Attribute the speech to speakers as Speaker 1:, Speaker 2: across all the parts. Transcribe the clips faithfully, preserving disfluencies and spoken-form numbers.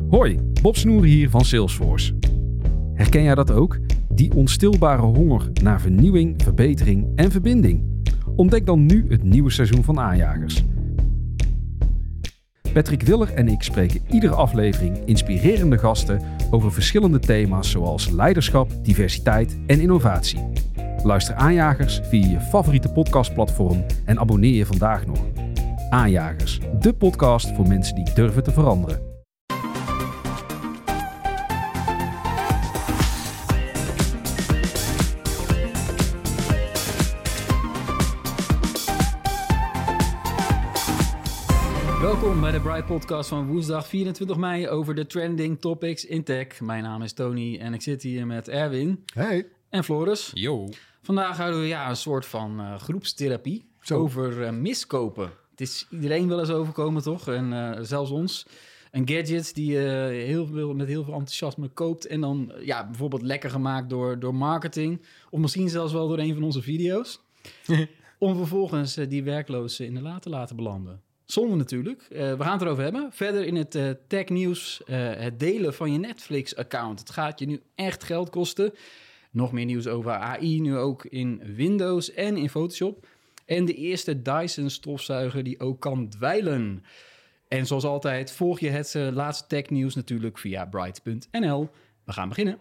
Speaker 1: Hoi, Bob Snoer hier van Salesforce. Herken jij dat ook? Die onstilbare honger naar vernieuwing, verbetering en verbinding. Ontdek dan nu het nieuwe seizoen van Aanjagers. Patrick Willer en ik spreken iedere aflevering inspirerende gasten over verschillende thema's zoals leiderschap, diversiteit en innovatie. Luister Aanjagers via je favoriete podcastplatform en abonneer je vandaag nog. Aanjagers, de podcast voor mensen die durven te veranderen.
Speaker 2: Welkom bij de Bright Podcast van woensdag vierentwintig mei over de trending topics in tech. Mijn naam is Tony en ik zit hier met Erwin
Speaker 3: Hey.
Speaker 2: en Floris.
Speaker 4: Yo.
Speaker 2: Vandaag houden we ja, een soort van uh, groepstherapie
Speaker 3: Zo.
Speaker 2: over uh, miskopen. Het is iedereen wel eens overkomen, toch? En uh, zelfs ons. Een gadget die je uh, heel veel, met heel veel enthousiasme koopt en dan uh, ja, bijvoorbeeld lekker gemaakt door, door marketing. Of misschien zelfs wel door een van onze video's. Om vervolgens uh, die werkloos in de la te laten belanden. Zonde natuurlijk. Uh, we gaan het erover hebben. Verder in het uh, technieuws, uh, het delen van je Netflix-account. Het gaat je nu echt geld kosten. Nog meer nieuws over A I, nu ook in Windows en in Photoshop. En de eerste Dyson-stofzuiger die ook kan dweilen. En zoals altijd volg je het uh, laatste technieuws natuurlijk via bright punt n l. We gaan beginnen.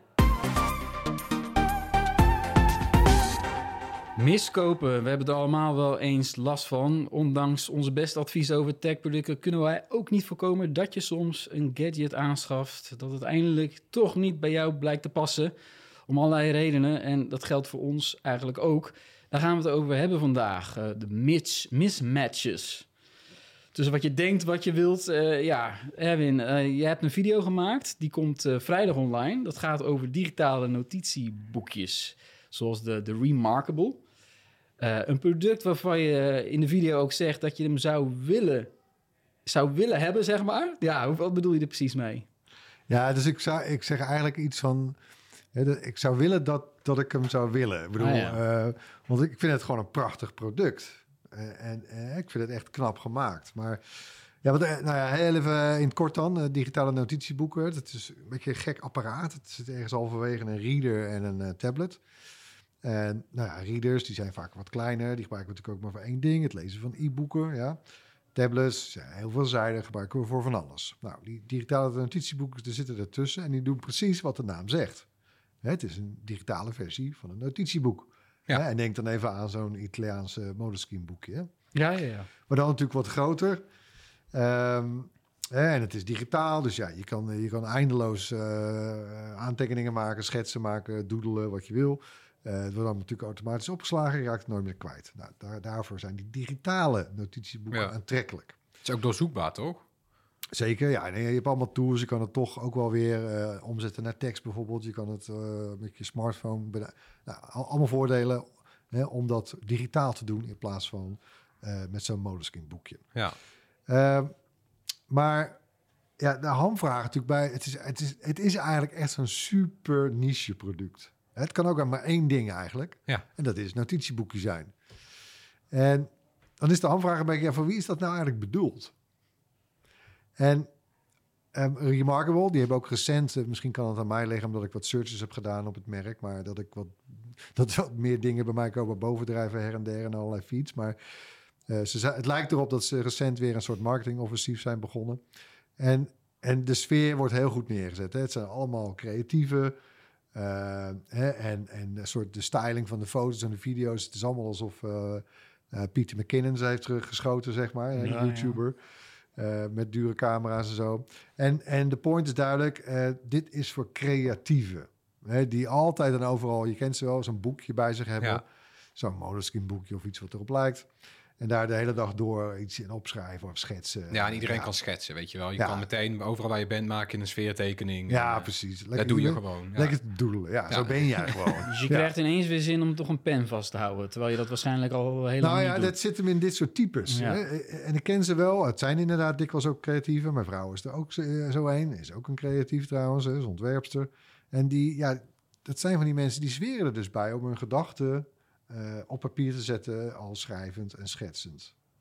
Speaker 2: Miskopen, we hebben er allemaal wel eens last van. Ondanks onze beste advies over techproducten kunnen wij ook niet voorkomen dat je soms een gadget aanschaft dat uiteindelijk toch niet bij jou blijkt te passen. Om allerlei redenen en dat geldt voor ons eigenlijk ook. Daar gaan we het over hebben vandaag. Uh, de mis- mismatches. Tussen wat je denkt, wat je wilt. Uh, ja, Erwin, uh, je hebt een video gemaakt. Die komt uh, vrijdag online. Dat gaat over digitale notitieboekjes. Zoals de, de Remarkable. Uh, een product waarvan je in de video ook zegt dat je hem zou willen, zou willen hebben, zeg maar. Ja, wat bedoel je er precies mee?
Speaker 3: Ja, dus ik, zou, ik zeg eigenlijk iets van... Hè, de, ik zou willen dat, dat ik hem zou willen. Ik bedoel,
Speaker 2: Ah, ja.
Speaker 3: uh, want ik vind het gewoon een prachtig product. Uh, en uh, ik vind het echt knap gemaakt. Maar ja, wat, uh, nou ja, heel even in het kort dan. Uh, digitale notitieboeken. Het is een beetje een gek apparaat. Het zit ergens halverwege een reader en een uh, tablet. En nou ja, readers, die zijn vaak wat kleiner. Die gebruiken we natuurlijk ook maar voor één ding. Het lezen van e-boeken, ja. Tablets zijn heel veelzijdig, gebruiken we voor van alles. Nou, die digitale notitieboeken, die zitten ertussen en die doen precies wat de naam zegt. Het is een digitale versie van een notitieboek.
Speaker 4: Ja.
Speaker 3: En denk dan even aan zo'n Italiaanse Moleskine boekje. Hè?
Speaker 2: Ja, ja, ja.
Speaker 3: Maar dan natuurlijk wat groter. Um, en het is digitaal, dus ja, je kan, je kan eindeloos uh, aantekeningen maken, schetsen maken, doodelen, wat je wil. Uh, het wordt dan natuurlijk automatisch opgeslagen, je raakt het nooit meer kwijt. Nou, daar, daarvoor zijn die digitale notitieboeken
Speaker 4: Ja.
Speaker 3: aantrekkelijk.
Speaker 4: Het is ook doorzoekbaar, toch?
Speaker 3: Zeker, ja. Nee, je hebt allemaal tools. Je kan het toch ook wel weer uh, omzetten naar tekst bijvoorbeeld. Je kan het uh, met je smartphone... Bena- nou, al, allemaal voordelen hè, om dat digitaal te doen in plaats van uh, met zo'n Moleskine boekje.
Speaker 4: Ja.
Speaker 3: Uh, maar ja, de hamvraag natuurlijk bij... Het is, het is, het is eigenlijk echt zo'n super niche product. Het kan ook maar één ding eigenlijk.
Speaker 4: Ja.
Speaker 3: En dat is notitieboekje zijn. En dan is de hamvraag een beetje... Ja, voor wie is dat nou eigenlijk bedoeld? En um, Remarkable, die hebben ook recent... Uh, misschien kan het aan mij liggen omdat ik wat searches heb gedaan op het merk... maar dat ik wat, dat wat meer dingen bij mij komen bovendrijven her en der... en allerlei feeds. Maar uh, ze, het lijkt erop dat ze recent weer een soort marketingoffensief zijn begonnen. En, en de sfeer wordt heel goed neergezet. Hè. Het zijn allemaal creatieve... Uh, hè, en, en een soort de styling van de foto's en de video's. Het is allemaal alsof uh, uh, Peter McKinnon ze heeft teruggeschoten, zeg maar. Een
Speaker 2: Ja,
Speaker 3: YouTuber. Ja. Uh, met dure camera's en zo. En, en de point is duidelijk. Uh, dit is voor creatieven. Hè, die altijd en overal, je kent ze wel, zo'n boekje bij zich hebben.
Speaker 4: Ja.
Speaker 3: Zo'n Moleskine boekje of iets wat erop lijkt. En daar de hele dag door iets in opschrijven of schetsen.
Speaker 4: Ja, en iedereen
Speaker 3: ja.
Speaker 4: kan schetsen, weet je wel. Je
Speaker 3: Ja.
Speaker 4: kan meteen overal waar je bent maken een sfeertekening.
Speaker 3: Ja,
Speaker 4: en, uh,
Speaker 3: precies. Lekker
Speaker 4: dat doe je
Speaker 3: doodelen.
Speaker 4: gewoon. Ja.
Speaker 3: Lekker doodelen. Ja,
Speaker 4: Ja.
Speaker 3: zo ben jij gewoon.
Speaker 2: Dus je
Speaker 3: Ja.
Speaker 2: krijgt ineens weer zin om toch een pen vast te houden. Terwijl je dat waarschijnlijk al helemaal
Speaker 3: Nou ja,
Speaker 2: niet doet.
Speaker 3: dat zit hem in dit soort types.
Speaker 2: Ja.
Speaker 3: Hè? En ik ken ze wel. Het zijn inderdaad dikwijls ook creatieven. Mijn vrouw is er ook zo, zo een. Is ook een creatief trouwens, hè? Is ontwerpster. En die, ja, dat zijn van die mensen die zweren er dus bij om hun gedachten uh, op papier te zetten, al schrijvend en schetsend.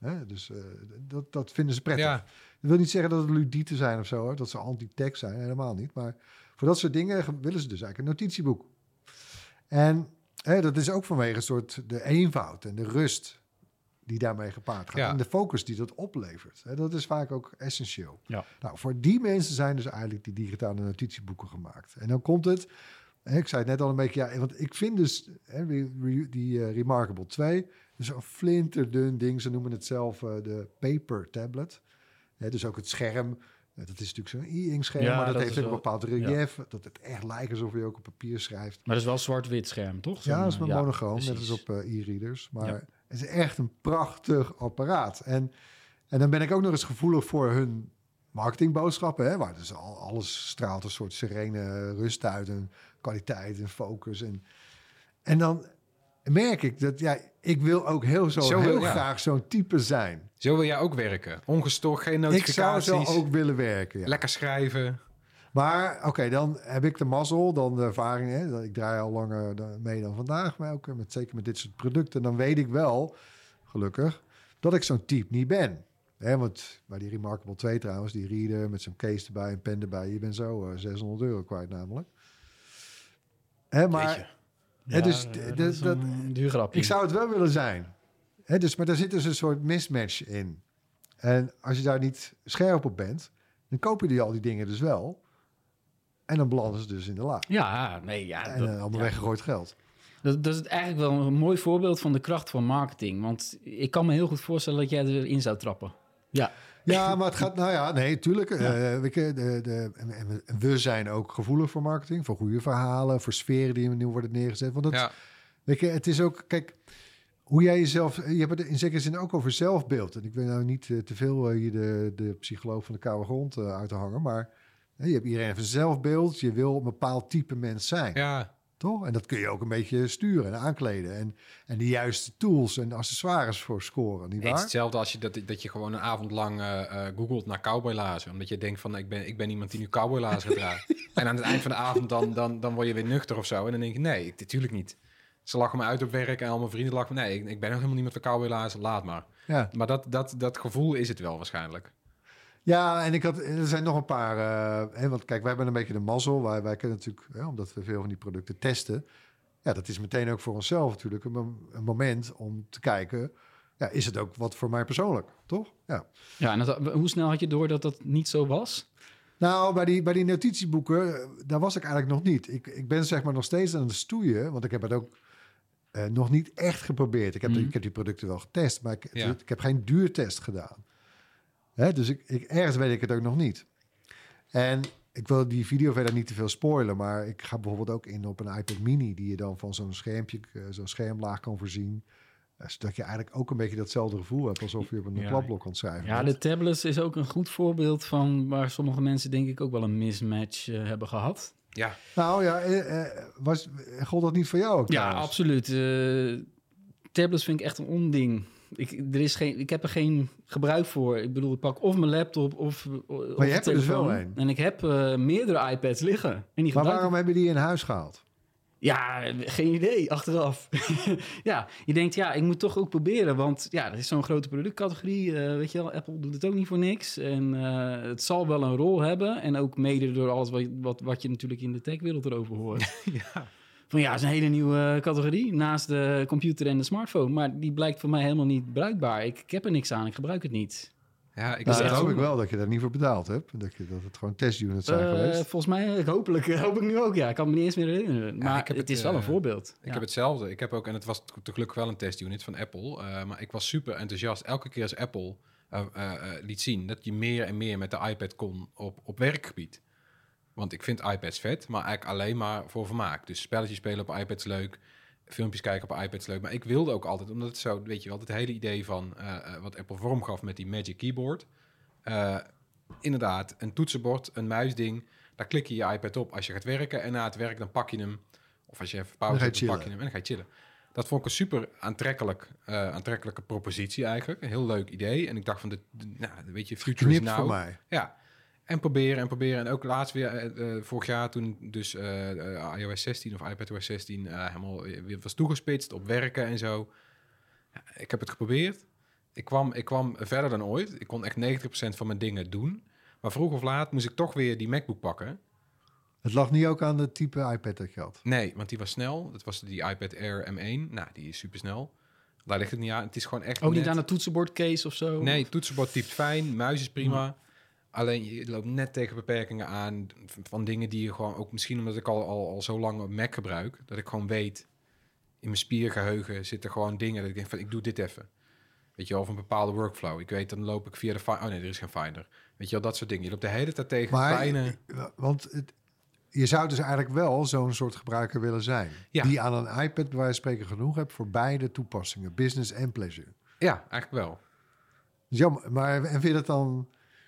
Speaker 3: Hè? Dus uh, dat, dat vinden ze prettig.
Speaker 4: Ja.
Speaker 3: Dat wil niet zeggen dat het ludieten zijn of zo, hoor. Dat ze anti-tech zijn, helemaal niet. Maar voor dat soort dingen willen ze dus eigenlijk een notitieboek. En hè, dat is ook vanwege een soort de eenvoud en de rust die daarmee gepaard gaat.
Speaker 4: Ja.
Speaker 3: En de focus die dat oplevert. Hè, dat is vaak ook essentieel.
Speaker 2: Ja.
Speaker 3: Nou, voor die mensen zijn dus eigenlijk die digitale notitieboeken gemaakt. En dan komt het... Hè, ik zei het net al een beetje... Ja, want ik vind dus hè, die, die uh, Remarkable twee... dus een flinterdun ding. Ze noemen het zelf uh, de paper tablet. Hè, dus ook het scherm... Dat is natuurlijk zo'n e-ink scherm,
Speaker 2: Ja,
Speaker 3: maar dat,
Speaker 2: dat
Speaker 3: heeft
Speaker 2: is
Speaker 3: ook een
Speaker 2: wel-
Speaker 3: bepaald relief. Dat het echt lijkt alsof je ook op papier schrijft.
Speaker 2: Maar dat is wel een zwart-wit scherm, toch? Zo'n,
Speaker 3: Ja, dat is
Speaker 2: eh,
Speaker 3: met monochroom, net
Speaker 2: precies.
Speaker 3: als op uh, e-readers. Maar
Speaker 2: Ja.
Speaker 3: het is echt een prachtig apparaat. En, en dan ben ik ook nog eens gevoelig voor hun marketingboodschappen. Hè, waar dus al, alles straalt een soort serene rust uit. En kwaliteit en focus. En, en dan merk ik dat... Ja, ik wil ook heel, zo,
Speaker 4: Zo,
Speaker 3: heel
Speaker 4: ja.
Speaker 3: graag zo'n type zijn.
Speaker 4: Zo wil jij ook werken. Ongestoord, geen
Speaker 3: Ik zou
Speaker 4: notificaties.
Speaker 3: zo ook willen werken, ja.
Speaker 4: Lekker schrijven.
Speaker 3: Maar oké, dan heb ik de mazzel, dan de ervaring. Hè, ik draai al langer da- mee dan vandaag, maar ook met, zeker met dit soort producten. Dan weet ik wel, gelukkig, dat ik zo'n type niet ben. Hè, want bij die Remarkable twee trouwens, die reader met zo'n case erbij, een pen erbij. Je bent zo uh, zeshonderd euro kwijt namelijk. Hè, maar
Speaker 4: Jeetje.
Speaker 3: hè,
Speaker 2: Ja,
Speaker 3: dus
Speaker 2: eh,
Speaker 3: d-
Speaker 2: dat
Speaker 3: d-
Speaker 2: is
Speaker 3: dat-
Speaker 2: een duur grapje.
Speaker 3: ik zou het wel willen zijn. Hè, dus, maar daar zit dus een soort mismatch in. En als je daar niet scherp op bent, dan koop je die, al die dingen dus wel. En dan belanden ze dus in de la.
Speaker 2: Ja, nee, ja.
Speaker 3: En
Speaker 2: dat-
Speaker 3: uh, allemaal
Speaker 2: ja.
Speaker 3: weggegooid geld.
Speaker 2: Dat, dat is eigenlijk wel een mooi voorbeeld van de kracht van marketing. Want ik kan me heel goed voorstellen dat jij erin zou trappen. Ja,
Speaker 3: Ja, maar het gaat... Nou ja, nee, tuurlijk. Ja. Uh, we, de, de, en we zijn ook gevoelig voor marketing. Voor goede verhalen, voor sferen die nu worden neergezet. Want het,
Speaker 4: Ja.
Speaker 3: weet je, het is ook... Kijk, hoe jij jezelf... Je hebt het in zekere zin ook over zelfbeeld. En ik wil nou niet uh, te veel uh, hier de, de psycholoog van de koude grond uh, uit te hangen. Maar uh, je hebt iedereen even een zelfbeeld. Je wil een bepaald type mens zijn.
Speaker 4: Ja.
Speaker 3: Toch? En dat kun je ook een beetje sturen en aankleden. En, en de juiste tools en accessoires voor scoren,
Speaker 4: Nee,
Speaker 3: nietwaar?
Speaker 4: het is hetzelfde als je dat, dat je gewoon een avond lang uh, uh, googelt naar cowboylazen. Omdat je denkt van, ik ben, ik ben iemand die nu cowboylazen draagt. En aan het eind van de avond dan, dan, dan word je weer nuchter of zo. En dan denk je, nee, ik, natuurlijk niet. Ze lachen me uit op werk en al mijn vrienden lachen me. Nee, ik, ik ben nog helemaal niet met de cowboylazen, laat maar.
Speaker 3: Ja.
Speaker 4: Maar dat, dat, dat gevoel is het wel waarschijnlijk.
Speaker 3: Ja, en ik had, er zijn nog een paar... Uh, hè, want kijk, wij hebben een beetje de mazzel. Wij, wij kunnen natuurlijk, hè, omdat we veel van die producten testen... Ja, dat is meteen ook voor onszelf natuurlijk een, een moment om te kijken... Ja, is het ook wat voor mij persoonlijk, toch? Ja.
Speaker 2: ja en dat, hoe snel had je door dat dat niet zo was?
Speaker 3: Nou, bij die, bij die notitieboeken, daar was ik eigenlijk nog niet. Ik, ik ben zeg maar nog steeds aan het stoeien, want ik heb het ook uh, nog niet echt geprobeerd. Ik heb,
Speaker 2: Mm.
Speaker 3: de, ik heb die producten wel getest, maar ik,
Speaker 4: Ja.
Speaker 3: ik heb geen duurtest gedaan. Hè, dus ik, ik, ergens weet ik het ook nog niet. En ik wil die video verder niet te veel spoilen, maar ik ga bijvoorbeeld ook in op een iPad mini... die je dan van zo'n schermpje, uh, zo'n schermlaag kan voorzien... Uh, zodat je eigenlijk ook een beetje datzelfde gevoel hebt... alsof je op een
Speaker 2: Ja.
Speaker 3: kladblok kan schrijven.
Speaker 2: Ja, de tablets is ook een goed voorbeeld van waar sommige mensen denk ik ook wel een mismatch uh, hebben gehad.
Speaker 4: Ja,
Speaker 3: Nou ja, uh, uh, was, gold dat niet voor jou ook
Speaker 2: Ja,
Speaker 3: trouwens?
Speaker 2: absoluut. Uh, tablets vind ik echt een onding. Ik, er is geen, ik heb er geen gebruik voor. Ik bedoel, ik pak of mijn laptop of, of
Speaker 3: Maar je hebt er dus
Speaker 2: telefoon.
Speaker 3: wel een.
Speaker 2: En ik heb uh, meerdere iPads liggen. En die
Speaker 3: Maar
Speaker 2: gebruik
Speaker 3: waarom hebben die in huis gehaald?
Speaker 2: Ja, geen idee, achteraf. Ja, je denkt, ja, ik moet toch ook proberen. Want ja, dat is zo'n grote productcategorie. Uh, weet je wel, Apple doet het ook niet voor niks. En uh, het zal wel een rol hebben. En ook mede door alles wat, wat, wat je natuurlijk in de techwereld erover hoort.
Speaker 4: ja.
Speaker 2: Van ja, het is een hele nieuwe categorie naast de computer en de smartphone. Maar die blijkt voor mij helemaal niet bruikbaar. Ik, ik heb er niks aan, ik gebruik het niet.
Speaker 4: Ja, ik
Speaker 3: Nou,
Speaker 4: zeg
Speaker 3: dan
Speaker 2: echt
Speaker 3: hoop ik
Speaker 2: zonde.
Speaker 3: wel dat je daar niet voor betaald hebt. Dat, je, dat het gewoon testunits zijn
Speaker 2: Uh,
Speaker 3: geweest.
Speaker 2: volgens mij, hopelijk, hoop ik nu ook. Ja, ik kan me niet eens meer herinneren. Maar
Speaker 4: ik heb
Speaker 2: het
Speaker 4: het,
Speaker 2: is wel
Speaker 4: uh,
Speaker 2: een voorbeeld.
Speaker 4: Ik
Speaker 2: Ja.
Speaker 4: heb hetzelfde. Ik heb ook, en het was te gelukkig wel een testunit van Apple. Uh, maar ik was super enthousiast. Elke keer als Apple uh, uh, uh, liet zien dat je meer en meer met de iPad kon op, op werkgebied. Want ik vind iPads vet, maar eigenlijk alleen maar voor vermaak. Dus spelletjes spelen op iPads leuk. Filmpjes kijken op iPads leuk. Maar ik wilde ook altijd, omdat het zo, weet je wel, het hele idee van uh, uh, wat Apple vorm gaf met die Magic Keyboard. Uh, inderdaad, een toetsenbord, een muisding. Daar klik je je iPad op als je gaat werken. En na het werk dan pak je hem. Of als je even pauze
Speaker 3: Dan ga je
Speaker 4: hebt, dan pak je
Speaker 3: chillen.
Speaker 4: hem en dan ga je chillen. Dat vond ik een super aantrekkelijk, uh, aantrekkelijke propositie eigenlijk. Een heel leuk idee. En ik dacht van, de, de, nou, weet je, future is
Speaker 3: Knipt voor
Speaker 4: now.
Speaker 3: mij.
Speaker 4: Ja, en proberen en proberen. En ook laatst weer, uh, uh, vorig jaar toen dus uh, uh, iOS zestien of iPadOS zestien uh, helemaal weer was toegespitst op werken en zo. Ja, ik heb het geprobeerd. ik kwam, ik kwam verder dan ooit. Ik kon echt negentig procent van mijn dingen doen. Maar vroeg of laat moest ik toch weer die MacBook pakken.
Speaker 3: Het lag niet ook aan de type iPad dat je had?
Speaker 4: Nee, want die was snel. Dat was die iPad Air M één. Nou, die is super snel. Daar ligt het niet aan. Het is gewoon echt
Speaker 2: Ook
Speaker 4: net...
Speaker 2: niet aan de toetsenbordcase of zo?
Speaker 4: Nee, toetsenbord typt fijn. Muis is prima. Ja. Alleen je loopt net tegen beperkingen aan van dingen die je gewoon... Ook misschien omdat ik al, al, al zo lang een Mac gebruik... dat ik gewoon weet... in mijn spiergeheugen zitten gewoon dingen... dat ik denk van, ik doe dit even. Weet je wel, of een bepaalde workflow. Ik weet, dan loop ik via de... Finder. Oh nee, er is geen Finder. Weet je wel, dat soort dingen. Je loopt de hele tijd tegen
Speaker 3: maar,
Speaker 4: kleine...
Speaker 3: Want het, je zou dus eigenlijk wel zo'n soort gebruiker willen zijn.
Speaker 4: Ja.
Speaker 3: Die aan een iPad, bij wijze van spreken, genoeg hebt... voor beide toepassingen. Business en pleasure.
Speaker 4: Ja, eigenlijk wel.
Speaker 3: Jammer, maar en vind je dat dan...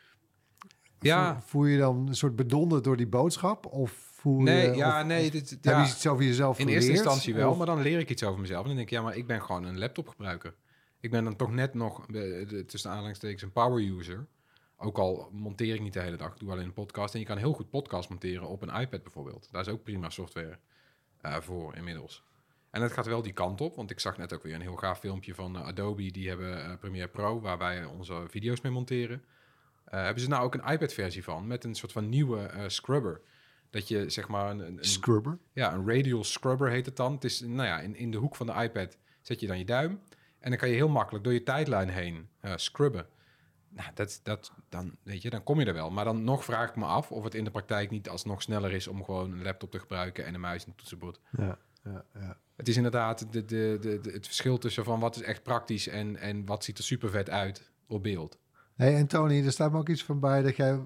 Speaker 4: Ja.
Speaker 3: Voel, voel je dan een soort bedonderd door die boodschap? Of voel
Speaker 4: nee,
Speaker 3: je,
Speaker 4: ja,
Speaker 3: of,
Speaker 4: nee.
Speaker 3: Of,
Speaker 4: dit,
Speaker 3: heb
Speaker 4: ja.
Speaker 3: je iets over jezelf
Speaker 4: In
Speaker 3: geleerd?
Speaker 4: eerste instantie wel,
Speaker 3: of?
Speaker 4: maar dan leer ik iets over mezelf. En dan denk ik, ja, maar ik ben gewoon een laptopgebruiker. Ik ben dan toch net nog, de, de, tussen aanhalingstekens, een power user. Ook al monteer ik niet de hele dag, ik doe alleen een podcast. En je kan heel goed podcast monteren op een iPad bijvoorbeeld. Daar is ook prima software uh, voor inmiddels. En het gaat wel die kant op, want ik zag net ook weer een heel gaaf filmpje van uh, Adobe. Die hebben uh, Premiere Pro, waar wij onze video's mee monteren. Uh, hebben ze nou ook een iPad-versie van, met een soort van nieuwe uh, scrubber. Dat je zeg maar... Een, een,
Speaker 3: Scrubber?
Speaker 4: Ja, een radial scrubber heet het dan. Het is, nou ja, in, in de hoek van de iPad zet je dan je duim. En dan kan je heel makkelijk door je tijdlijn heen uh, scrubben. Nou, dat, dat, dan, weet je, dan kom je er wel. Maar dan nog vraag ik me af of het in de praktijk niet alsnog sneller is... om gewoon een laptop te gebruiken en een muis en een toetsenbord.
Speaker 3: Ja, ja, ja.
Speaker 4: Het is inderdaad de, de, de, de, het verschil tussen van wat is echt praktisch... en, en wat ziet er super vet uit op beeld.
Speaker 3: Hey, en Tony, er staat me ook iets van bij dat jij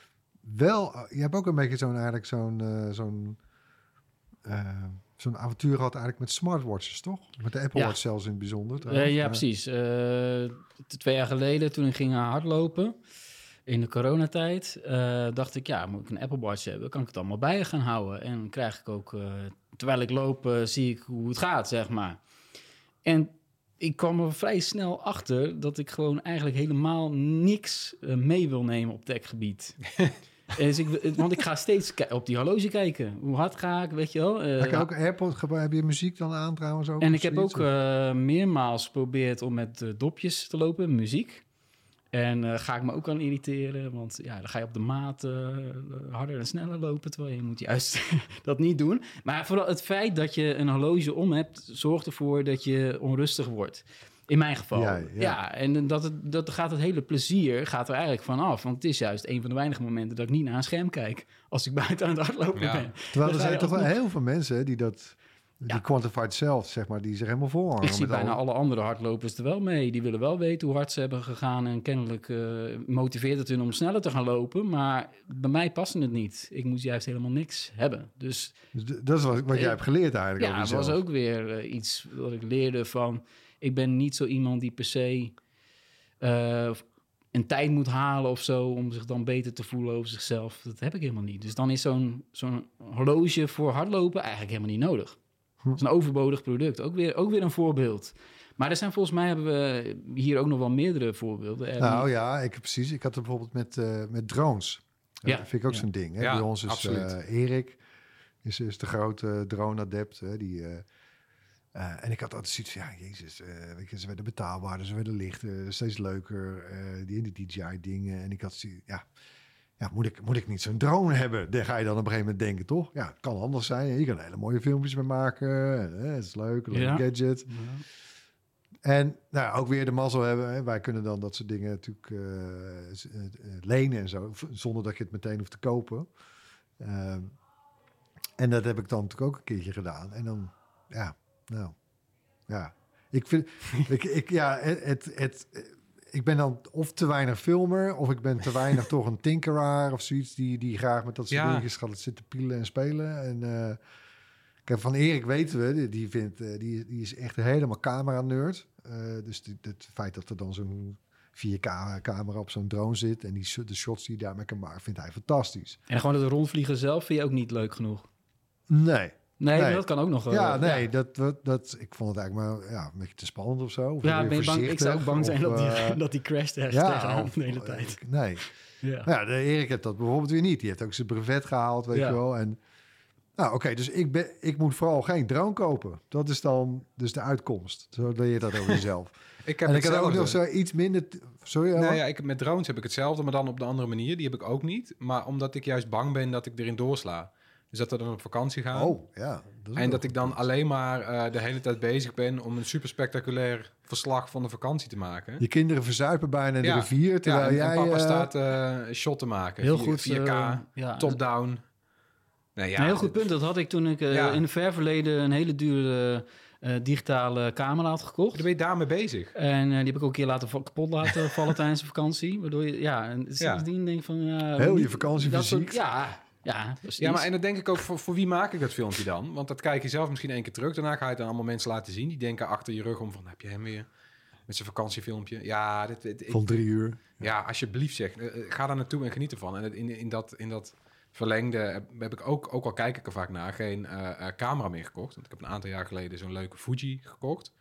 Speaker 3: wel... Je hebt ook een beetje zo'n eigenlijk zo'n... Uh, zo'n uh, zo'n avontuur gehad eigenlijk met smartwatches, toch? Met de Apple
Speaker 2: Ja.
Speaker 3: Watch zelfs in het bijzonder.
Speaker 2: Uh, ja,
Speaker 3: maar...
Speaker 2: precies. Uh, twee jaar geleden, toen ik ging hardlopen... in de coronatijd, uh, dacht ik... ja, moet ik een Apple Watch hebben? Kan ik het allemaal bij je gaan houden? En dan krijg ik ook... Uh, terwijl ik loop, uh, zie ik hoe het gaat, zeg maar. En ik kwam er vrij snel achter... dat ik gewoon eigenlijk helemaal niks uh, mee wil nemen op techgebied. Dus ik, want ik ga steeds op die horloge kijken. Hoe hard ga ik, weet je wel? Uh,
Speaker 3: heb je ook AirPods, heb je muziek dan aan trouwens ook?
Speaker 2: En ik heb
Speaker 3: zoiets,
Speaker 2: ook uh, meermaals geprobeerd om met uh, dopjes te lopen, muziek. En uh, ga ik me ook aan irriteren, want ja, dan ga je op de maat uh, harder en sneller lopen, terwijl je moet juist dat niet doen. Maar vooral het feit dat je een horloge om hebt, zorgt ervoor dat je onrustig wordt. In mijn geval. Ja,
Speaker 3: ja.
Speaker 2: ja en dat, het, dat gaat het hele plezier gaat er eigenlijk van af. Want het is juist een van de weinige momenten dat ik niet naar een scherm kijk als ik buiten aan het hardlopen
Speaker 4: Ja.
Speaker 2: ben.
Speaker 3: Terwijl er
Speaker 2: Dan ga
Speaker 3: zijn
Speaker 2: je
Speaker 3: toch wel
Speaker 2: alsnog-
Speaker 3: heel veel mensen die dat... Die
Speaker 2: Ja.
Speaker 3: quantified self, zeg maar, die zich helemaal volhangen.
Speaker 2: Ik zie
Speaker 3: met
Speaker 2: bijna
Speaker 3: al-
Speaker 2: alle andere hardlopers er wel mee. Die willen wel weten hoe hard ze hebben gegaan. En kennelijk uh, motiveert het hun om sneller te gaan lopen. Maar bij mij past het niet. Ik moet juist helemaal niks hebben. Dus
Speaker 3: Dus d- dat is wat, wat jij
Speaker 2: Eh,
Speaker 3: hebt geleerd eigenlijk.
Speaker 2: ja,
Speaker 3: over
Speaker 2: het was
Speaker 3: jezelf.
Speaker 2: ook weer uh, iets wat ik leerde van... Ik ben niet zo iemand die per se uh, een tijd moet halen of zo... om zich dan beter te voelen over zichzelf. Dat heb ik helemaal niet. Dus dan is zo'n zo'n horloge voor hardlopen eigenlijk helemaal niet nodig.
Speaker 3: Hm.
Speaker 2: Het is een overbodig product. Ook weer, ook weer een voorbeeld. Maar er zijn volgens mij hebben we hier ook nog wel meerdere voorbeelden. En
Speaker 3: Nou ja, ik, precies. Ik had het bijvoorbeeld met, uh, met drones.
Speaker 2: Ja.
Speaker 3: Dat vind ik ook
Speaker 2: Ja.
Speaker 3: zo'n ding. Hè?
Speaker 4: Ja,
Speaker 3: Bij ons is
Speaker 4: absoluut.
Speaker 3: uh, Erik, is, is de grote drone-adept. Hè? Die, uh, uh, en ik had altijd zoiets van, ja, jezus, uh, weet je, ze werden betaalbaarder, ze werden lichter, steeds leuker. Uh, die, die D J I-dingen. En ik had zoiets, ja... Ja, moet ik, moet ik niet zo'n drone hebben? Daar ga je dan op een gegeven moment denken, toch? Ja, het kan anders zijn. Je kan er hele mooie filmpjes mee maken. En, hè, het is leuk, een leuk
Speaker 2: Ja.
Speaker 3: gadget. En nou, ja, ook weer de mazzel hebben. Hè. Wij kunnen dan dat soort dingen natuurlijk uh, z- uh, lenen en zo. v- Zonder dat je het meteen hoeft te kopen. Um, en dat heb ik dan natuurlijk ook een keertje gedaan. En dan, ja, nou, ja. Ik vind, ik, ik, ja, het... het, het ik ben dan of te weinig filmer... of ik ben te weinig toch een tinkeraar of zoiets... die, die graag met dat soort
Speaker 4: Ja.
Speaker 3: dingetjes gaat zitten pielen en spelen. En uh, kijk, van Erik weten we... die, die, vindt, uh, die, die is echt helemaal camera-nerd. Uh, dus die, het feit dat er dan zo'n vier K-camera op zo'n drone zit... en die, de shots die je daarmee kan maken... vindt hij fantastisch.
Speaker 2: En gewoon het rondvliegen zelf vind je ook niet leuk genoeg.
Speaker 3: Nee.
Speaker 2: Nee,
Speaker 3: Nee.
Speaker 2: dat kan ook nog. uh,
Speaker 3: Ja, nee, Dat, dat, dat, ik vond het eigenlijk maar ja, een beetje te spannend of zo. Of
Speaker 2: Ja,
Speaker 3: weer
Speaker 2: ben je bang, ik zou ook bang zijn
Speaker 3: voorzichtig,
Speaker 2: dat die,
Speaker 3: of, uh,
Speaker 2: dat die crasht ergens
Speaker 3: ja,
Speaker 2: tegenaan
Speaker 3: of-
Speaker 2: de hele tijd.
Speaker 3: ik- Nee.
Speaker 2: Ja.
Speaker 3: Maar ja, de Erik heeft dat bijvoorbeeld weer niet. Die heeft ook zijn brevet gehaald, weet
Speaker 2: Ja.
Speaker 3: je wel. En Nou, oké, dus ik, ben, ik moet vooral geen drone kopen. Dat is dan dus de uitkomst. Zo leer je dat over jezelf.
Speaker 4: Ik heb
Speaker 3: en ik had ook
Speaker 4: hetzelfde.
Speaker 3: nog zo iets minder... t- Sorry,
Speaker 4: Nee,
Speaker 3: Ella?
Speaker 4: ja, ik, met drones heb ik hetzelfde, maar dan op de andere manier. Die heb ik ook niet. Maar omdat ik juist bang ben dat ik erin doorsla. Dus dat we dan op vakantie gaan.
Speaker 3: Oh, ja. Dat is
Speaker 4: En
Speaker 3: ook
Speaker 4: dat
Speaker 3: een
Speaker 4: ik dan
Speaker 3: punt.
Speaker 4: alleen maar eh, de hele tijd bezig ben om een super spectaculair verslag van de vakantie te maken.
Speaker 3: Je kinderen verzuipen bijna in de
Speaker 4: Ja.
Speaker 3: rivier, terwijl
Speaker 4: ja, en,
Speaker 3: jij...
Speaker 4: en papa
Speaker 3: eh,
Speaker 4: staat eh shot te maken.
Speaker 2: Heel
Speaker 4: vier-
Speaker 2: goed.
Speaker 4: vier K,
Speaker 2: eh, ja,
Speaker 4: top-down. Nee, ja,
Speaker 2: een heel goed
Speaker 4: dit-
Speaker 2: punt. Dat had ik toen ik eh,
Speaker 4: Ja.
Speaker 2: in het ver verleden een hele dure eh, digitale camera had gekocht.
Speaker 4: Dan ben je daarmee bezig.
Speaker 2: En eh, die heb ik ook een keer laten va- kapot laten vallen tijdens de vakantie. Waardoor je, ja, en sindsdien denk ik van... Ja,
Speaker 3: Heel je
Speaker 2: niet-
Speaker 3: vakantie
Speaker 2: dat soort-
Speaker 3: verziekt.
Speaker 2: Ja, ja, precies.
Speaker 4: Ja, maar en dan denk ik ook, voor, voor wie maak ik dat filmpje dan? Want dat kijk je zelf misschien één keer terug. Daarna ga je het dan allemaal mensen laten zien. Die denken achter je rug om van, heb je hem weer met zijn vakantiefilmpje? Ja, dit, dit, ik-
Speaker 3: Van drie uur.
Speaker 4: ja, alsjeblieft zeg. eh, eh, Ga daar naartoe en geniet ervan. En in, in, dat, in dat verlengde heb, heb ik ook, ook al kijk ik er vaak naar, geen eh, eh, camera meer gekocht. Want ik heb een aantal jaar geleden zo'n leuke Fuji gekocht.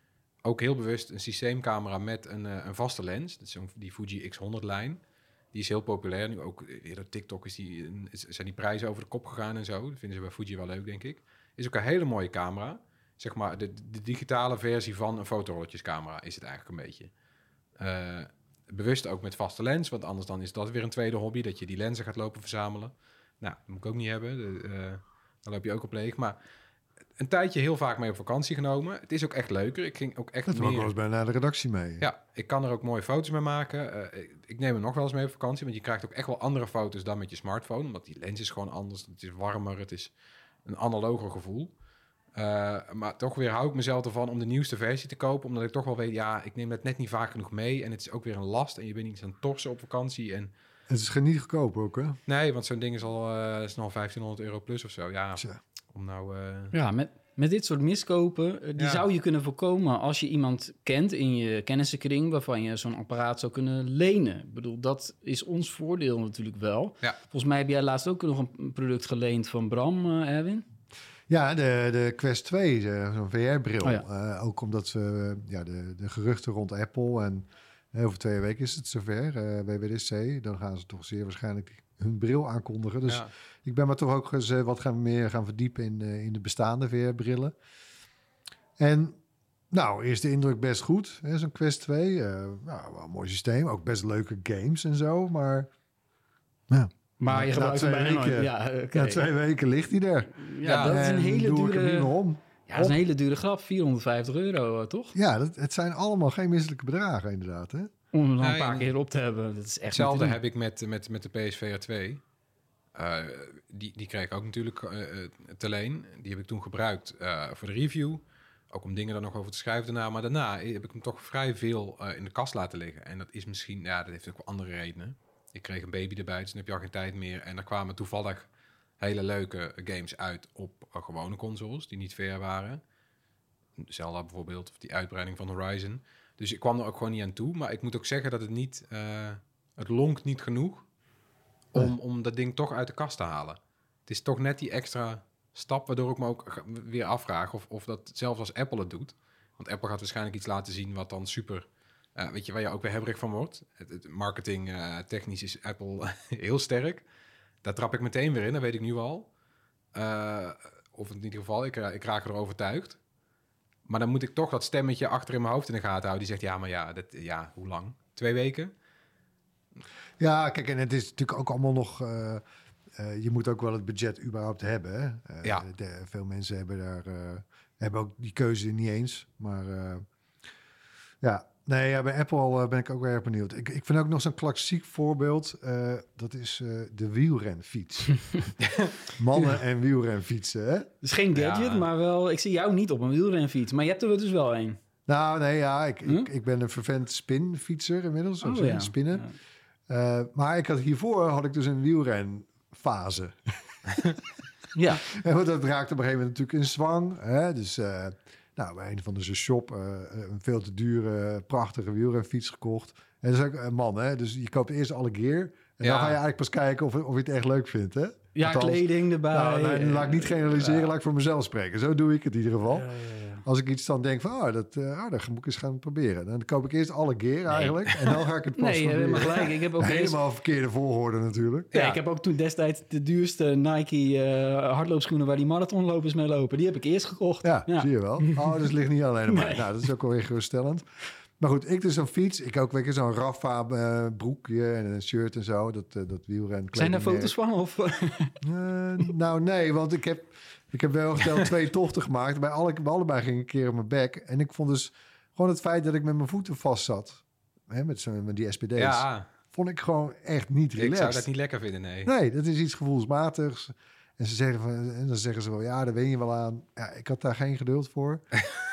Speaker 4: Ook heel bewust een systeemcamera met een, eh, een vaste lens. Dat is zo'n, die Fuji X honderd-lijn. Die is heel populair. Nu ook weer door TikTok is die, is- zijn die prijzen over de kop gegaan en zo. Dat vinden ze bij Fuji wel leuk, denk ik. Is ook een hele mooie camera. Zeg maar, de, de digitale versie van een fotorolletjescamera is het eigenlijk een beetje. Eh, bewust ook met vaste lens, want anders dan is dat weer een tweede hobby, dat je die lenzen gaat lopen verzamelen. Nou, dat moet ik ook niet hebben. De, eh, dan loop je ook op leeg. Maar een tijdje heel vaak mee op vakantie genomen. Het is ook echt leuker. Ik ging ook echt
Speaker 3: Dat wou ik wel
Speaker 4: meer...
Speaker 3: eens bij naar de redactie mee.
Speaker 4: Ja, ik kan er ook mooie foto's mee maken. Eh, ik, ik neem hem nog wel eens mee op vakantie, want je krijgt ook echt wel andere foto's dan met je smartphone, omdat die lens is gewoon anders. Het is warmer, het is een analoger gevoel. Uh, maar toch weer hou ik mezelf ervan om de nieuwste versie te kopen, omdat ik toch wel weet, ja, ik neem het net niet vaak genoeg mee en het is ook weer een last en je bent niet aan het torsen op vakantie. En
Speaker 3: Het is geen niet goedkoop ook, hè?
Speaker 4: nee, want zo'n ding is al uh, snel vijftienhonderd euro plus of zo. Ja,
Speaker 3: Tja.
Speaker 4: om nou... Uh...
Speaker 2: Ja, met, met dit soort miskopen, eh, die
Speaker 4: Ja.
Speaker 2: zou je kunnen voorkomen als je iemand kent in je kennissenkring waarvan je zo'n apparaat zou kunnen lenen. Ik bedoel, dat is ons voordeel natuurlijk wel.
Speaker 4: Ja.
Speaker 2: Volgens mij heb jij laatst ook nog een product geleend van Bram, uh, Erwin.
Speaker 3: Ja, de, de Quest twee, eh, zo'n V R-bril.
Speaker 2: Oh ja.
Speaker 3: Uh, ook omdat ze uh, ja, de, de geruchten rond Apple en uh, over twee weken is het zover, uh, W W D C. Dan gaan ze toch zeer waarschijnlijk die, hun bril aankondigen. Dus
Speaker 4: Ja.
Speaker 3: ik ben maar toch ook eens uh, wat gaan meer gaan verdiepen in, uh, in de bestaande V R-brillen. En nou, eerste indruk best goed, hè, zo'n Quest twee. Uh, nou, wel een mooi systeem, ook best leuke games en zo, maar... Ja.
Speaker 2: Maar je
Speaker 3: Na
Speaker 2: gebruikt hem
Speaker 3: twee
Speaker 2: bijna nooit.
Speaker 3: weken-
Speaker 2: Ja, oké.
Speaker 3: Na twee weken ligt hij er.
Speaker 2: Ja, dat is een
Speaker 3: En
Speaker 2: hele
Speaker 3: doe ik hem niet meer
Speaker 2: dure...
Speaker 3: om.
Speaker 2: Ja, dat is een hele dure grap. vierhonderdvijftig euro, uh, toch?
Speaker 3: Ja, dat, het zijn allemaal geen misselijke bedragen inderdaad. Hè?
Speaker 2: Om hem dan
Speaker 4: Nee,
Speaker 2: een paar
Speaker 4: en-
Speaker 2: keer op te hebben. Dat is echt
Speaker 4: Hetzelfde
Speaker 2: niet te
Speaker 4: heb ik met, met, met de P S V R twee. Uh, die, die kreeg ik ook natuurlijk uh, te leen. Die heb ik toen gebruikt uh, voor de review. Ook om dingen er nog over te schrijven daarna. Maar daarna heb ik hem toch vrij veel uh, in de kast laten liggen. En dat is misschien, ja, dat heeft ook wel andere redenen. Ik kreeg een baby erbij, dus dan heb je al geen tijd meer. En er kwamen toevallig hele leuke games uit op uh, gewone consoles, die niet V R waren. Zelda bijvoorbeeld, of die uitbreiding van Horizon. Dus ik kwam er ook gewoon niet aan toe. Maar ik moet ook zeggen dat het niet, uh, het lonkt niet genoeg om, om dat ding toch uit de kast te halen. Het is toch net die extra stap, waardoor ik me ook weer afvraag of, of dat zelfs als Apple het doet. Want Apple gaat waarschijnlijk iets laten zien wat dan super... Uh, weet je, waar je ook weer hebberig van wordt. Het, het marketing uh, technisch is Apple heel sterk. Daar trap ik meteen weer in, dat weet ik nu al. Uh, of in ieder geval, ik, ik raak er overtuigd. Maar dan moet ik toch dat stemmetje achter in mijn hoofd in de gaten houden. Die zegt, ja, maar ja, dat, ja hoe lang? Twee weken?
Speaker 3: Ja, kijk, en het is natuurlijk ook allemaal nog... Uh, uh, je moet ook wel het budget überhaupt hebben. Hè? Uh,
Speaker 4: ja.
Speaker 3: de, veel mensen hebben daar... Uh, hebben ook die keuze niet eens. Maar uh, ja... Nee, ja, bij Apple uh, ben ik ook wel erg benieuwd. Ik, ik vind ook nog zo'n klassiek voorbeeld. Uh, dat is uh, de wielrenfiets. Mannen en wielrenfietsen, hè?
Speaker 2: Dus geen gadget, ja. maar wel... Ik zie jou niet op een wielrenfiets, maar je hebt er dus wel een.
Speaker 3: Nou, nee, ja. Ik,
Speaker 2: hm?
Speaker 3: ik, ik ben een vervent spinfietser inmiddels.
Speaker 2: Oh,
Speaker 3: zo
Speaker 2: ja.
Speaker 3: Spinnen.
Speaker 2: Ja.
Speaker 3: Uh, maar ik had hiervoor had ik dus een wielrenfase.
Speaker 2: Ja.
Speaker 3: En dat raakte op een gegeven moment natuurlijk in zwang. Hè? Dus... Uh, Nou, bij een van de shop uh, een veel te dure, prachtige wielrenfiets gekocht. En dat is ook een man, hè? Dus je koopt eerst alle gear. En ja. dan ga je eigenlijk pas kijken of, of je het echt leuk vindt, hè?
Speaker 2: Ja, Althans, kleding erbij.
Speaker 3: Nou, nou, laat ik niet generaliseren, ja. laat ik voor mezelf spreken. Zo doe ik het in ieder geval. Ja, ja, ja. Als ik iets dan denk van, oh, dat, uh, oh, dat moet ik eens gaan proberen. Dan koop ik eerst alle gear eigenlijk. En dan ga ik het pas
Speaker 2: Nee,
Speaker 3: proberen.
Speaker 2: helemaal gelijk. Ik heb ook
Speaker 3: Helemaal
Speaker 2: eerst...
Speaker 3: verkeerde volgorde natuurlijk.
Speaker 2: Ja,
Speaker 4: Ja.
Speaker 2: ik heb ook toen destijds de duurste Nike uh, hardloopschoenen waar die marathonlopers mee lopen. Die heb ik eerst gekocht.
Speaker 3: Ja,
Speaker 2: Ja.
Speaker 3: zie je wel. Oh, dus het ligt niet alleen aan mij.
Speaker 2: Nee.
Speaker 3: Nou, dat is ook wel weer geruststellend. Maar goed, ik dus zo'n fiets. Ik ook weer zo'n Rafa uh, broekje en een shirt en zo. Dat, uh, dat wielren.
Speaker 2: Zijn daar foto's van? Of?
Speaker 3: Uh, nou, nee, want ik heb, ik heb wel geteld twee tochten gemaakt. Bij, alle, bij allebei ging ik een keer op mijn bek. En ik vond dus gewoon het feit dat ik met mijn voeten vast zat. Hè, met, zo, met die S P D's.
Speaker 4: Ja,
Speaker 3: Vond ik gewoon echt niet relaxed.
Speaker 4: ik zou dat niet lekker vinden, nee.
Speaker 3: Nee, dat is iets gevoelsmatigs. En ze zeggen van, en dan zeggen ze wel, ja, daar wen je wel aan. Ja, ik had daar geen geduld voor.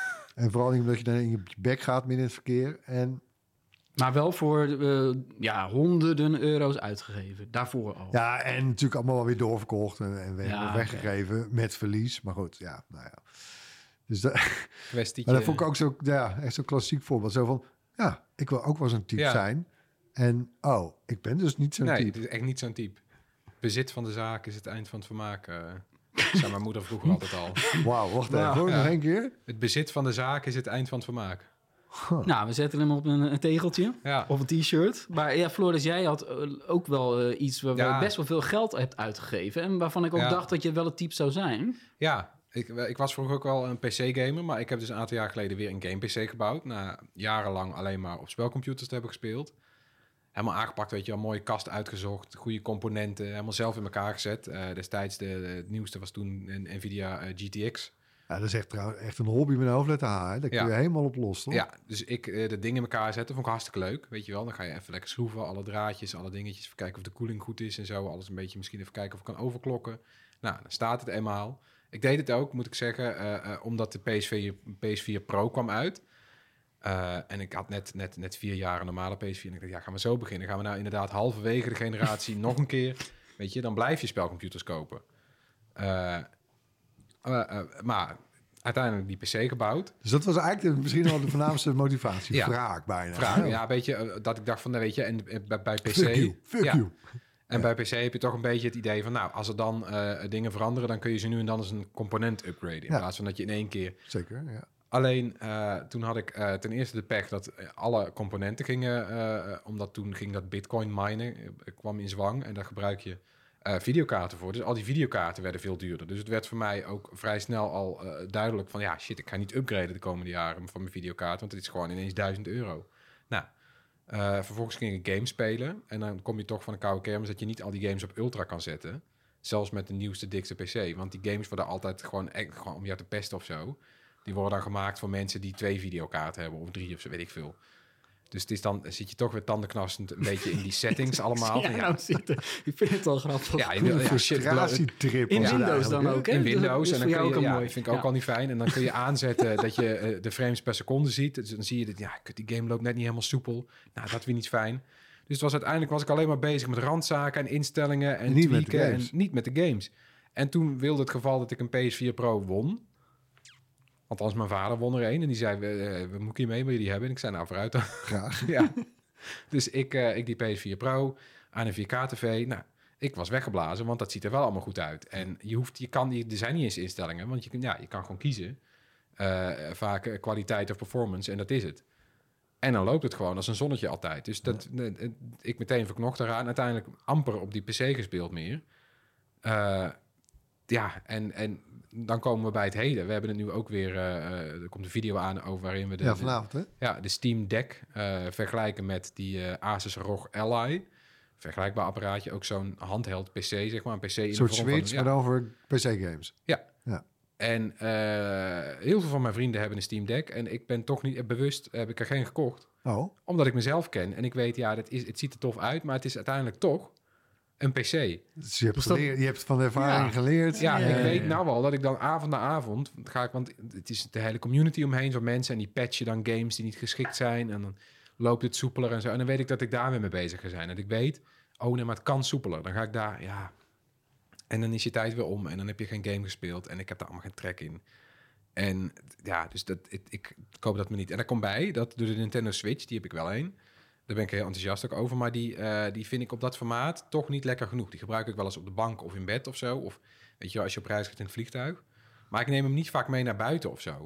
Speaker 3: En vooral niet omdat je dan in je bek gaat midden in het verkeer. En
Speaker 2: Maar wel voor uh, ja, honderden euro's uitgegeven. Daarvoor al.
Speaker 3: ja, en natuurlijk allemaal wel weer doorverkocht en, en weg,
Speaker 2: Ja,
Speaker 3: weggegeven okay. met verlies. Maar goed, ja, nou ja. Dus dat,
Speaker 4: Kwestietje.
Speaker 3: maar dat vond ik ook zo, ja, echt zo'n klassiek voorbeeld. Zo van, ja, ik wil ook wel zo'n type
Speaker 4: Ja.
Speaker 3: zijn. En oh, ik ben dus niet zo'n
Speaker 4: Nee,
Speaker 3: type.
Speaker 4: het is echt niet zo'n type. Bezit van de zaak is het eind van het vermaak. Uh, zei mijn moeder vroeger altijd al.
Speaker 3: Wauw, wacht
Speaker 2: Nou,
Speaker 3: even hoor,
Speaker 4: ja.
Speaker 3: nog één keer.
Speaker 4: Het bezit van de zaak is het eind van het vermaak.
Speaker 2: Nou, we zetten hem op een, een tegeltje.
Speaker 4: Ja.
Speaker 2: Of een t-shirt. Maar ja, Floris, jij had uh, ook wel uh, iets waar
Speaker 4: Ja.
Speaker 2: je best wel veel geld hebt uitgegeven. En waarvan ik ook
Speaker 4: Ja.
Speaker 2: dacht dat je wel het type zou zijn.
Speaker 4: Ja, ik, ik was vroeger ook wel een P C-gamer, maar ik heb dus een aantal jaar geleden weer een game-P C gebouwd. Na jarenlang alleen maar op spelcomputers te hebben gespeeld. Helemaal aangepakt, weet je wel, mooie kast uitgezocht, goede componenten, helemaal zelf in elkaar gezet. Uh, destijds, de, de, het nieuwste was toen een Nvidia uh, G T X.
Speaker 3: Ja, dat is echt, trouwens echt een hobby met een hoofdletter H. Hè? Daar kun je
Speaker 4: Ja.
Speaker 3: helemaal op los, toch?
Speaker 4: Ja, dus ik uh, de dingen in elkaar zetten, vond ik hartstikke leuk, weet je wel. Dan ga je even lekker schroeven, alle draadjes, alle dingetjes, even kijken of de koeling goed is en zo. Alles een beetje, misschien even kijken of ik kan overklokken. Nou, dan staat het eenmaal. Ik deed het ook, moet ik zeggen, uh, uh, omdat de P S vier, P S vier Pro kwam uit. Uh, en ik had net, net, net vier jaar een normale P S vier. En ik dacht, ja, gaan we zo beginnen. Gaan we nou inderdaad halverwege de generatie nog een keer... Weet je, dan blijf je spelcomputers kopen. Uh, uh, uh, maar uiteindelijk die P C gebouwd.
Speaker 3: Dus dat was eigenlijk de, misschien wel de voornaamste motivatie.
Speaker 4: Ja.
Speaker 3: Wraak bijna.
Speaker 4: Vraag, ja, weet je, uh, dat ik dacht van, nou, weet je, en, en bij, bij P C...
Speaker 3: Fuck you, fuck
Speaker 4: ja.
Speaker 3: you.
Speaker 4: En bij P C heb je toch een beetje het idee van... nou, als er dan uh, dingen veranderen... dan kun je ze nu en dan eens een component upgraden. In
Speaker 3: Ja.
Speaker 4: plaats van dat je in één keer...
Speaker 3: Zeker, ja.
Speaker 4: Alleen, uh, toen had ik uh, ten eerste de pech dat uh, alle componenten gingen... Uh, omdat toen ging dat bitcoin minen, uh, kwam in zwang. En daar gebruik je uh, videokaarten voor. Dus al die videokaarten werden veel duurder. Dus het werd voor mij ook vrij snel al uh, duidelijk van... ja, shit, ik ga niet upgraden de komende jaren van mijn videokaart... want het is gewoon ineens duizend euro. Nou, uh, vervolgens ging ik games spelen... en dan kom je toch van een koude kermis... dat je niet al die games op ultra kan zetten. Zelfs met de nieuwste, dikste P C. Want die games worden altijd gewoon, echt, gewoon om jou te pesten of zo... Die worden dan gemaakt voor mensen die twee videokaarten hebben... of drie of zo, weet ik veel. Dus het is dan zit je toch weer tandenknarsend... een beetje in die settings allemaal.
Speaker 2: Ja,
Speaker 4: Ja,
Speaker 2: nou zitten. Ik vind het wel grappig.
Speaker 4: ja, in,
Speaker 3: Een
Speaker 4: ja, shit,
Speaker 3: frustratietrip.
Speaker 2: In
Speaker 3: was het
Speaker 2: Windows dan
Speaker 3: eigenlijk,
Speaker 2: ook, hè?
Speaker 4: in
Speaker 2: Dus
Speaker 4: Windows.
Speaker 2: dat
Speaker 4: En
Speaker 2: is
Speaker 4: dan
Speaker 2: voor
Speaker 4: kun
Speaker 2: jou
Speaker 4: je,
Speaker 2: ook
Speaker 4: ja,
Speaker 2: mooi.
Speaker 4: dat vind ik ook
Speaker 2: Ja.
Speaker 4: al niet fijn. En dan kun je aanzetten dat je uh, de frames per seconde ziet. Dus dan zie je dat, ja, kut, die game loopt net niet helemaal soepel. Nou, dat weer niet fijn. Dus het was, uiteindelijk was ik alleen maar bezig met randzaken en instellingen en
Speaker 3: Niet met de
Speaker 4: tweaken. En
Speaker 3: games.
Speaker 4: niet met de games. En toen wilde het geval dat ik een P S vier Pro won. Althans, mijn vader won er een. En die zei, we, we moet je mee, wil je die hebben? En ik zei, nou, vooruit dan.
Speaker 3: Graag.
Speaker 4: Ja. Dus ik, uh, ik die P S vier Pro aan een vier K tv. Nou, ik was weggeblazen, want dat ziet er wel allemaal goed uit. En je hoeft, je kan, er zijn niet eens instellingen, want je, ja, je kan gewoon kiezen. Uh, vaak uh, kwaliteit of performance en dat is het. En dan loopt het gewoon als een zonnetje altijd. Dus dat, ja. uh, ik meteen verknocht eraan. Uiteindelijk amper op die P C gespeeld meer. Uh, ja, en, en dan komen we bij het heden. We hebben het nu ook weer... Uh, er komt een video aan over waarin we de,
Speaker 3: Ja, vanavond, hè?
Speaker 4: de, ja, de Steam Deck uh, vergelijken met die uh, Asus R O G Ally. Vergelijkbaar apparaatje. Ook zo'n handheld P C, zeg maar. Een P C in
Speaker 3: Een soort
Speaker 4: de vorm van-
Speaker 3: switch,
Speaker 4: ja.
Speaker 3: maar dan voor P C-games.
Speaker 4: Ja.
Speaker 3: Ja.
Speaker 4: En uh, heel veel van mijn vrienden hebben een Steam Deck. En ik ben toch niet bewust, heb ik er geen gekocht.
Speaker 3: Oh,
Speaker 4: Omdat ik mezelf ken. En ik weet, ja, dat is, het ziet er tof uit. Maar het is uiteindelijk toch een P C.
Speaker 3: dus je hebt,
Speaker 2: Dus dat-
Speaker 3: geleerd, je hebt van de ervaring
Speaker 4: Ja.
Speaker 3: geleerd.
Speaker 4: Ja,
Speaker 2: Ja,
Speaker 4: ik
Speaker 2: ja,
Speaker 4: weet
Speaker 2: ja.
Speaker 4: nou wel dat ik dan avond na avond ga ik, want het is de hele community omheen, zo mensen en die patchen dan games die niet geschikt zijn en dan loopt het soepeler en zo. En dan weet ik dat ik daar weer mee bezig ga zijn. En ik weet, oh nee, maar het kan soepeler. Dan ga ik daar, ja. En dan is je tijd weer om en dan heb je geen game gespeeld en ik heb daar allemaal geen trek in. En ja, dus dat, ik, ik koop dat me niet. En daar komt bij dat door de Nintendo Switch, die heb ik wel een. Daar ben ik heel enthousiast ook over. Maar die, uh, die vind ik op dat formaat toch niet lekker genoeg. Die gebruik ik wel eens op de bank of in bed of zo. Of weet je wel, als je op reis gaat in het vliegtuig. Maar ik neem hem niet vaak mee naar buiten of zo.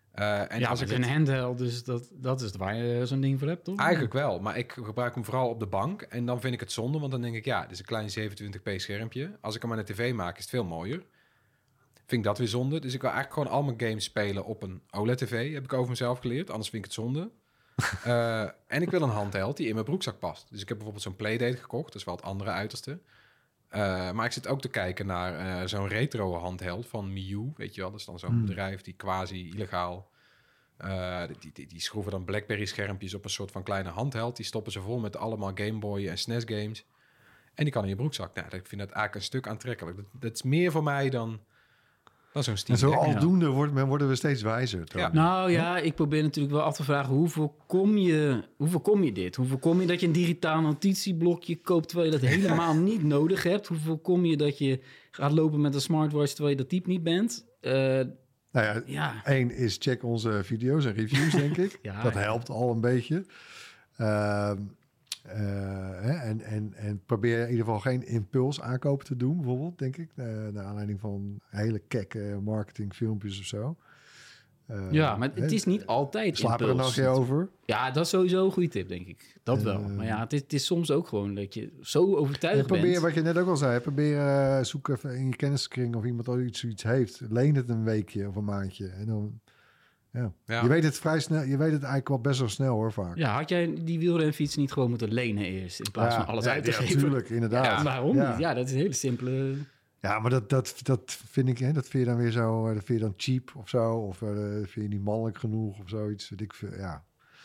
Speaker 4: Uh, en
Speaker 2: ja,
Speaker 4: als
Speaker 2: het
Speaker 4: ik
Speaker 2: is
Speaker 4: het,
Speaker 2: een handheld, dus dat, dat is waar je zo'n ding voor hebt, toch?
Speaker 4: Eigenlijk wel, maar ik gebruik hem vooral op de bank. En dan vind ik het zonde, want dan denk ik... ja, dit is een klein zevenentwintig p schermpje. Als ik hem aan de tv maak, is het veel mooier. Vind ik dat weer zonde. Dus ik wil eigenlijk gewoon al mijn games spelen op een O L E D-tv. Heb ik over mezelf geleerd, anders vind ik het zonde. uh, en ik wil een handheld die in mijn broekzak past. Dus ik heb bijvoorbeeld zo'n Playdate gekocht. Dat is wel het andere uiterste. Uh, maar ik zit ook te kijken naar uh, zo'n retro handheld van Miu. Weet je wel, dat is dan zo'n hmm. bedrijf die quasi illegaal... Uh, die, die, die schroeven dan BlackBerry-schermpjes op een soort van kleine handheld. Die stoppen ze vol met allemaal Game Boy en S N E S-games. En die kan in je broekzak. Nou, ik vind dat eigenlijk een stuk aantrekkelijk. Dat, dat is meer voor mij dan, dan zo'n Steam
Speaker 3: En zo
Speaker 4: Deck.
Speaker 3: aldoende ja. wordt, worden we steeds wijzer.
Speaker 2: Ja. Nou ja, ik probeer natuurlijk wel af te vragen... hoe voorkom je, hoe voorkom je dit? Hoe voorkom je dat je een digitaal notitieblokje koopt... terwijl je dat helemaal niet nodig hebt? Hoe voorkom je dat je gaat lopen met een smartwatch... terwijl je dat type niet bent? Uh,
Speaker 3: Nou ja, ja, één is check onze video's en reviews, denk ik. ja, dat helpt ja. al een beetje. Uh, uh, hè, en, en, en probeer in ieder geval geen impuls aankopen te doen, bijvoorbeeld, denk ik. Uh, naar aanleiding van hele kekke marketingfilmpjes of zo.
Speaker 2: Uh, ja, maar het is niet altijd
Speaker 3: slaap er er nog een keer over?
Speaker 2: Ja, dat is sowieso een goede tip, denk ik. Dat uh, wel. Maar ja, het is, het is soms ook gewoon dat je zo overtuigd
Speaker 3: probeer,
Speaker 2: bent.
Speaker 3: Wat je net ook al zei, probeer uh, zoek even in je kenniskring of iemand al iets, iets heeft. Leen het een weekje of een maandje. En dan, ja. Ja. Je weet het vrij snel. Je weet het eigenlijk wel best wel snel, hoor, vaak.
Speaker 2: Ja, had jij die wielrenfiets niet gewoon moeten lenen eerst in plaats
Speaker 3: ja,
Speaker 2: van alles
Speaker 3: ja,
Speaker 2: uit te
Speaker 3: ja,
Speaker 2: geven?
Speaker 3: Natuurlijk, inderdaad.
Speaker 2: Ja, waarom
Speaker 3: ja.
Speaker 2: niet? Ja, dat is een hele simpele...
Speaker 3: Ja, maar dat, dat, dat vind ik, hè, dat vind je dan weer zo, dat vind je dan cheap of zo, of uh, vind je niet mannelijk genoeg of zoiets. Weet ik veel, ja.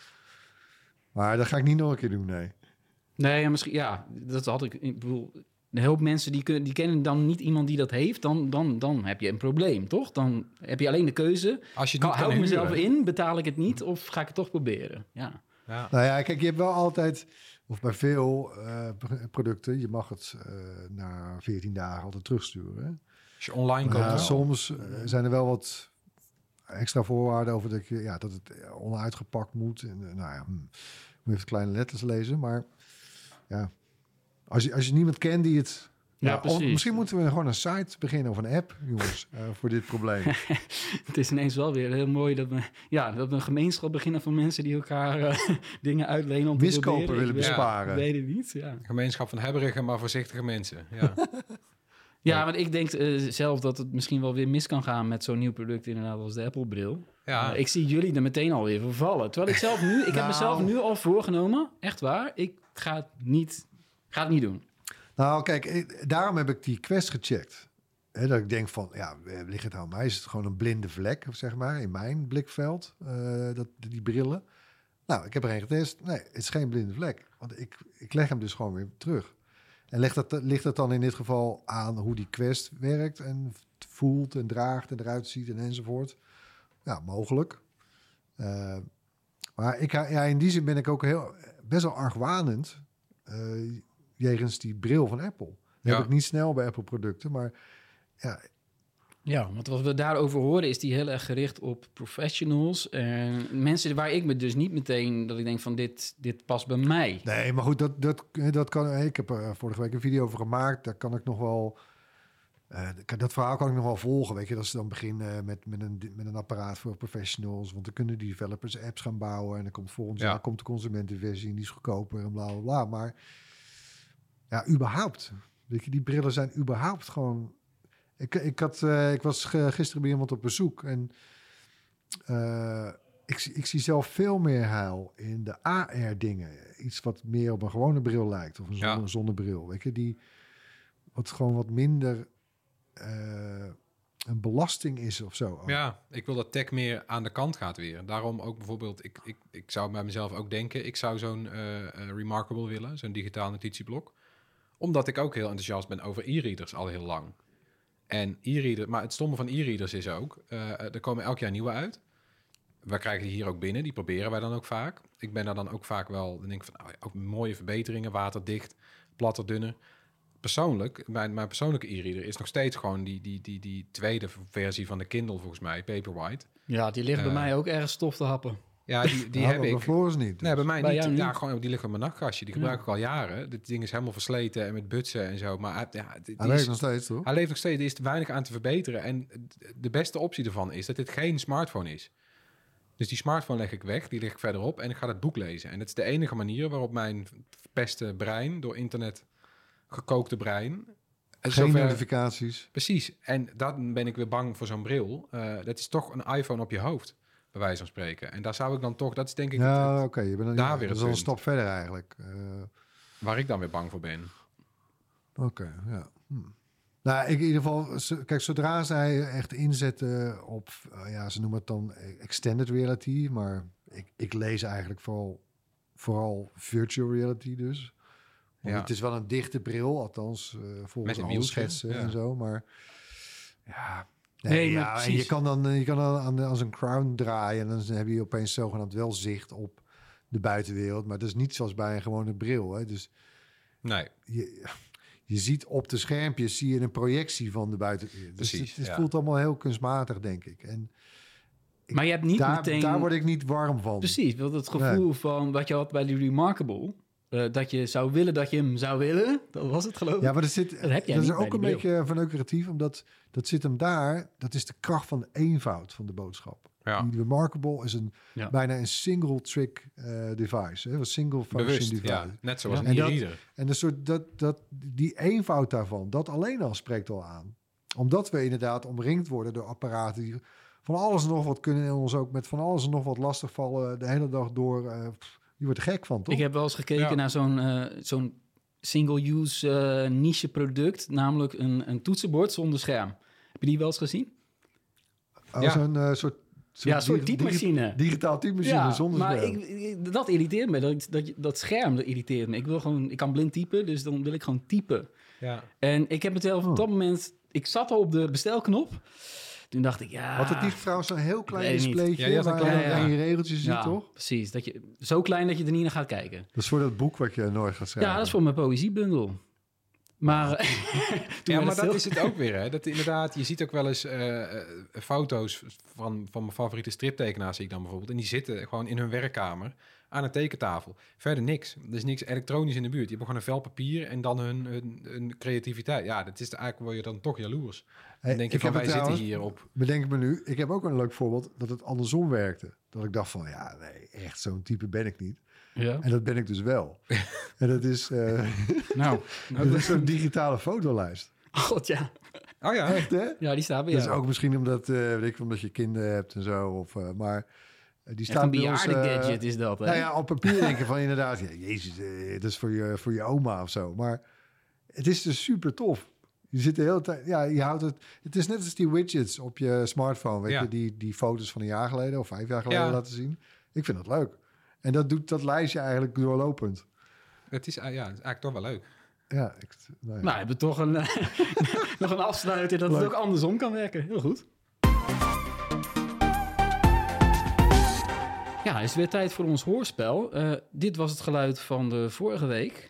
Speaker 3: Maar dat ga ik niet nog een keer doen, nee.
Speaker 2: Nee, ja, misschien, ja, dat had ik, ik bedoel, een hoop mensen die, kunnen, die kennen dan niet iemand die dat heeft, dan, dan, dan heb je een probleem, toch? Dan heb je alleen de keuze,
Speaker 4: als je het niet
Speaker 2: hou ik mezelf
Speaker 4: huren.
Speaker 2: in, betaal ik het niet of ga ik het toch proberen? Ja.
Speaker 3: Ja. Nou ja, kijk, je hebt wel altijd... Of bij veel uh, producten, je mag het uh, na veertien dagen altijd terugsturen. Hè?
Speaker 4: Als je online koopt.
Speaker 3: Uh, soms uh, zijn er wel wat extra voorwaarden over dat, je, ja, dat het onuitgepakt moet. En, uh, nou ja, hm, moet je even kleine letters lezen. Maar ja, als je, als je niemand kent die het...
Speaker 2: Ja,
Speaker 3: ja,
Speaker 2: precies.
Speaker 3: Of misschien moeten we gewoon een site beginnen of een app, jongens, uh, voor dit probleem.
Speaker 2: Het is ineens wel weer heel mooi dat we, ja, dat we een gemeenschap beginnen van mensen die elkaar uh, dingen uitlenen om
Speaker 3: Miskopen
Speaker 2: te proberen.
Speaker 3: willen besparen.
Speaker 2: Ja, ik weet het niet, ja.
Speaker 4: Een gemeenschap van hebberige, maar voorzichtige mensen. Ja,
Speaker 2: ja, want ik denk uh, zelf dat het misschien wel weer mis kan gaan met zo'n nieuw product inderdaad als de Apple-bril.
Speaker 4: Ja.
Speaker 2: Uh, ik zie jullie er meteen alweer vervallen. Terwijl ik zelf nu, ik nou. heb mezelf nu al voorgenomen, echt waar, ik ga het niet, ga het niet doen.
Speaker 3: Nou, kijk, ik, daarom heb ik die Quest gecheckt. He, dat ik denk van, ja, ligt het aan mij? Is het gewoon een blinde vlek, zeg maar, in mijn blikveld, uh, dat, die brillen? Nou, ik heb er een getest. Nee, het is geen blinde vlek. Want ik, ik leg hem dus gewoon weer terug. En ligt het, ligt het dan in dit geval aan hoe die Quest werkt en voelt en draagt en eruit ziet en enzovoort? Ja, mogelijk. Uh, maar ik, ja, in die zin ben ik ook heel, best wel argwanend... Uh, jegens die bril van Apple. Dat ja. heb ik niet snel bij Apple-producten, maar ja...
Speaker 2: Ja, want wat we daarover horen is die heel erg gericht op professionals. En mensen waar ik me dus niet meteen... dat ik denk van dit, dit past bij mij.
Speaker 3: Nee, maar goed, dat, dat, dat kan... Ik heb er vorige week een video over gemaakt. Daar kan ik nog wel... Uh, dat verhaal kan ik nog wel volgen, weet je. Dat ze dan beginnen met, met, een, met een apparaat voor professionals. Want dan kunnen die developers apps gaan bouwen. En dan komt volgend jaar ja. komt de consumentenversie en die is goedkoper en bla, bla, bla. Maar... Ja, überhaupt. Weet je, die brillen zijn überhaupt gewoon... Ik, ik, had, uh, ik was gisteren bij iemand op bezoek en uh, ik, ik zie zelf veel meer heil in de A R-dingen. Iets wat meer op een gewone bril lijkt of een zonne, ja. zonnebril. Weet je, die wat gewoon wat minder uh, een belasting is of zo.
Speaker 4: Ja, ik wil dat tech meer aan de kant gaat weer. Daarom ook bijvoorbeeld, ik, ik, ik zou bij mezelf ook denken, ik zou zo'n uh, uh, Remarkable willen, zo'n digitaal notitieblok. Omdat ik ook heel enthousiast ben over e-readers al heel lang. En e-reader, maar het stomme van e-readers is ook, uh, er komen elk jaar nieuwe uit. We krijgen die hier ook binnen, die proberen wij dan ook vaak. Ik ben daar dan ook vaak wel, dan denk ik van, oh, ook mooie verbeteringen, waterdicht, platter, dunner. Persoonlijk, mijn, mijn persoonlijke e-reader is nog steeds gewoon die, die, die, die tweede versie van de Kindle volgens mij, Paperwhite.
Speaker 2: Ja, die ligt uh, bij mij ook ergens stof te happen.
Speaker 4: Ja, die, die
Speaker 3: nou,
Speaker 4: heb ik.
Speaker 3: Bij Floris niet. Dus.
Speaker 4: Nee, bij mij
Speaker 2: bij
Speaker 4: niet.
Speaker 2: niet.
Speaker 4: Ja, gewoon, die ligt op mijn nachtkastje. Die gebruik ja. ik al jaren. Dit ding is helemaal versleten en met butsen en zo. Maar ja, die,
Speaker 3: hij leeft nog steeds, toch?
Speaker 4: Hij leeft nog steeds. Er is te weinig aan te verbeteren. En de beste optie ervan is dat dit geen smartphone is. Dus die smartphone leg ik weg, die leg ik verderop en ik ga het boek lezen. En dat is de enige manier waarop mijn verpeste brein, door internet gekookte brein...
Speaker 3: Geen
Speaker 4: zover,
Speaker 3: notificaties.
Speaker 4: Precies. En dan ben ik weer bang voor zo'n bril. Uh, dat is toch een iPhone op je hoofd, bij wijze van spreken. En daar zou ik dan toch, dat is denk ik...
Speaker 3: Ja,
Speaker 4: het,
Speaker 3: oké. Okay, daar
Speaker 4: ja,
Speaker 3: weer dat is al een stap verder eigenlijk. Uh,
Speaker 4: waar ik dan weer bang voor ben.
Speaker 3: Oké, okay, ja. Hm. Nou, ik in ieder geval... Kijk, zodra zij echt inzetten op... Uh, ja, ze noemen het dan extended reality. Maar ik, ik lees eigenlijk vooral, vooral virtual reality dus. Ja. Het is wel een dichte bril, althans uh, volgens alle schetsen ja. en zo. Maar ja, nee, nee, ja maar en je kan dan, je kan dan aan, aan zo'n crown draaien... en dan heb je opeens zogenaamd wel zicht op de buitenwereld. Maar dat is niet zoals bij een gewone bril. Hè. Dus
Speaker 4: nee.
Speaker 3: Je, je ziet op de schermpjes zie je een projectie van de buitenwereld. Dus
Speaker 4: Precies,
Speaker 3: het, het
Speaker 4: ja.
Speaker 3: voelt allemaal heel kunstmatig, denk ik. En ik,
Speaker 2: maar je hebt niet
Speaker 3: daar,
Speaker 2: meteen...
Speaker 3: Daar word ik niet warm van.
Speaker 2: Precies, want het gevoel nee. van wat je had bij die Remarkable... Uh, dat je zou willen dat je hem zou willen. Dat was het, geloof ik.
Speaker 3: Ja, maar dat, zit,
Speaker 2: dat, heb jij
Speaker 3: dat is
Speaker 2: niet
Speaker 3: ook een
Speaker 2: bril.
Speaker 3: beetje verneukeratief, omdat dat zit hem daar. Dat is de kracht van de eenvoud van de boodschap.
Speaker 4: Ja.
Speaker 3: Die Remarkable is een,
Speaker 2: ja.
Speaker 3: bijna een single trick uh, device. Hè? Een single function
Speaker 4: Bewust,
Speaker 3: device.
Speaker 4: Ja, net zoals
Speaker 3: ja.
Speaker 4: een
Speaker 3: en
Speaker 4: e-reader.
Speaker 3: Dat, en een soort, dat, dat, die eenvoud daarvan, dat alleen al spreekt al aan. Omdat we inderdaad omringd worden door apparaten die van alles en nog wat kunnen en ons ook met van alles en nog wat lastig vallen de hele dag door... Uh, Je wordt er gek van, toch?
Speaker 2: Ik heb wel eens gekeken
Speaker 4: ja.
Speaker 2: naar zo'n, uh, zo'n single-use uh, niche product, namelijk een, een toetsenbord zonder scherm. Heb je die wel eens gezien?
Speaker 3: Oh,
Speaker 2: ja.
Speaker 3: Zo'n uh, soort, soort,
Speaker 2: ja, een soort typemachine.
Speaker 3: Digi- digitaal typemachine
Speaker 2: ja,
Speaker 3: zonder
Speaker 2: maar
Speaker 3: scherm.
Speaker 2: Ik, ik, dat irriteert me. Dat, dat, dat scherm dat irriteert me. Ik wil gewoon, ik kan blind typen, dus dan wil ik gewoon typen.
Speaker 4: Ja.
Speaker 2: En ik heb het zelf
Speaker 3: oh.
Speaker 2: op dat moment... Ik zat al op de bestelknop. Toen dacht ik, ja...
Speaker 3: Had het niet trouwens een heel klein displaytje
Speaker 4: ja,
Speaker 3: waar
Speaker 4: klein,
Speaker 3: je
Speaker 2: ja, ja.
Speaker 3: je regeltjes
Speaker 2: ja,
Speaker 3: ziet, toch?
Speaker 2: Precies. Dat je, zo klein dat je er niet naar gaat kijken.
Speaker 3: Dat is voor dat boek wat je nooit gaat schrijven.
Speaker 2: Ja, dat is voor mijn poëziebundel. Maar...
Speaker 4: ja, maar dat is het ook weer, hè. Dat inderdaad, je ziet ook wel eens uh, uh, foto's van, van mijn favoriete striptekenaars, zie ik dan bijvoorbeeld. En die zitten gewoon in hun werkkamer aan een tekentafel. Verder niks. Er is niks elektronisch in de buurt. Je hebt gewoon een vel papier en dan hun, hun, hun creativiteit. Ja, dat is eigenlijk, word je dan toch jaloers. Hey, dan denk je van, wij zitten hier op...
Speaker 3: Bedenk me nu, ik heb ook een leuk voorbeeld dat het andersom werkte. Dat ik dacht van, ja, nee, echt zo'n type ben ik niet.
Speaker 2: Ja.
Speaker 3: En dat ben ik dus wel. En dat is, uh,
Speaker 2: nou,
Speaker 3: dat is zo'n digitale fotolijst.
Speaker 2: God, ja.
Speaker 4: Oh ja.
Speaker 3: Echt, hè?
Speaker 2: Ja, die staat bij
Speaker 3: Dat
Speaker 2: jou.
Speaker 3: is ook misschien omdat, uh, weet ik, omdat je kinderen hebt en zo. Of, uh, maar uh, die staat
Speaker 2: echt een
Speaker 3: bij ons...
Speaker 2: bejaarde
Speaker 3: Uh,
Speaker 2: gadget is dat, hè?
Speaker 3: Nou ja, op papier denken van inderdaad... Ja, jezus, uh, dat is voor je, voor je oma of zo. Maar het is dus super tof. Je zit de hele tijd... Ja, je houdt het... Het is net als die widgets op je smartphone. Weet
Speaker 4: ja.
Speaker 3: je, die, die foto's van een jaar geleden of vijf jaar geleden
Speaker 4: ja.
Speaker 3: laten zien. Ik vind dat leuk. En dat doet dat lijstje eigenlijk doorlopend.
Speaker 4: Het is, uh, ja, het is eigenlijk toch wel leuk.
Speaker 3: Ja, ik, nou, ja.
Speaker 2: nou, we hebben toch een, uh, nog een afsluiter dat leuk. Het ook andersom kan werken. Heel goed. Ja, het is weer tijd voor ons hoorspel. Uh, dit was het geluid van de vorige week.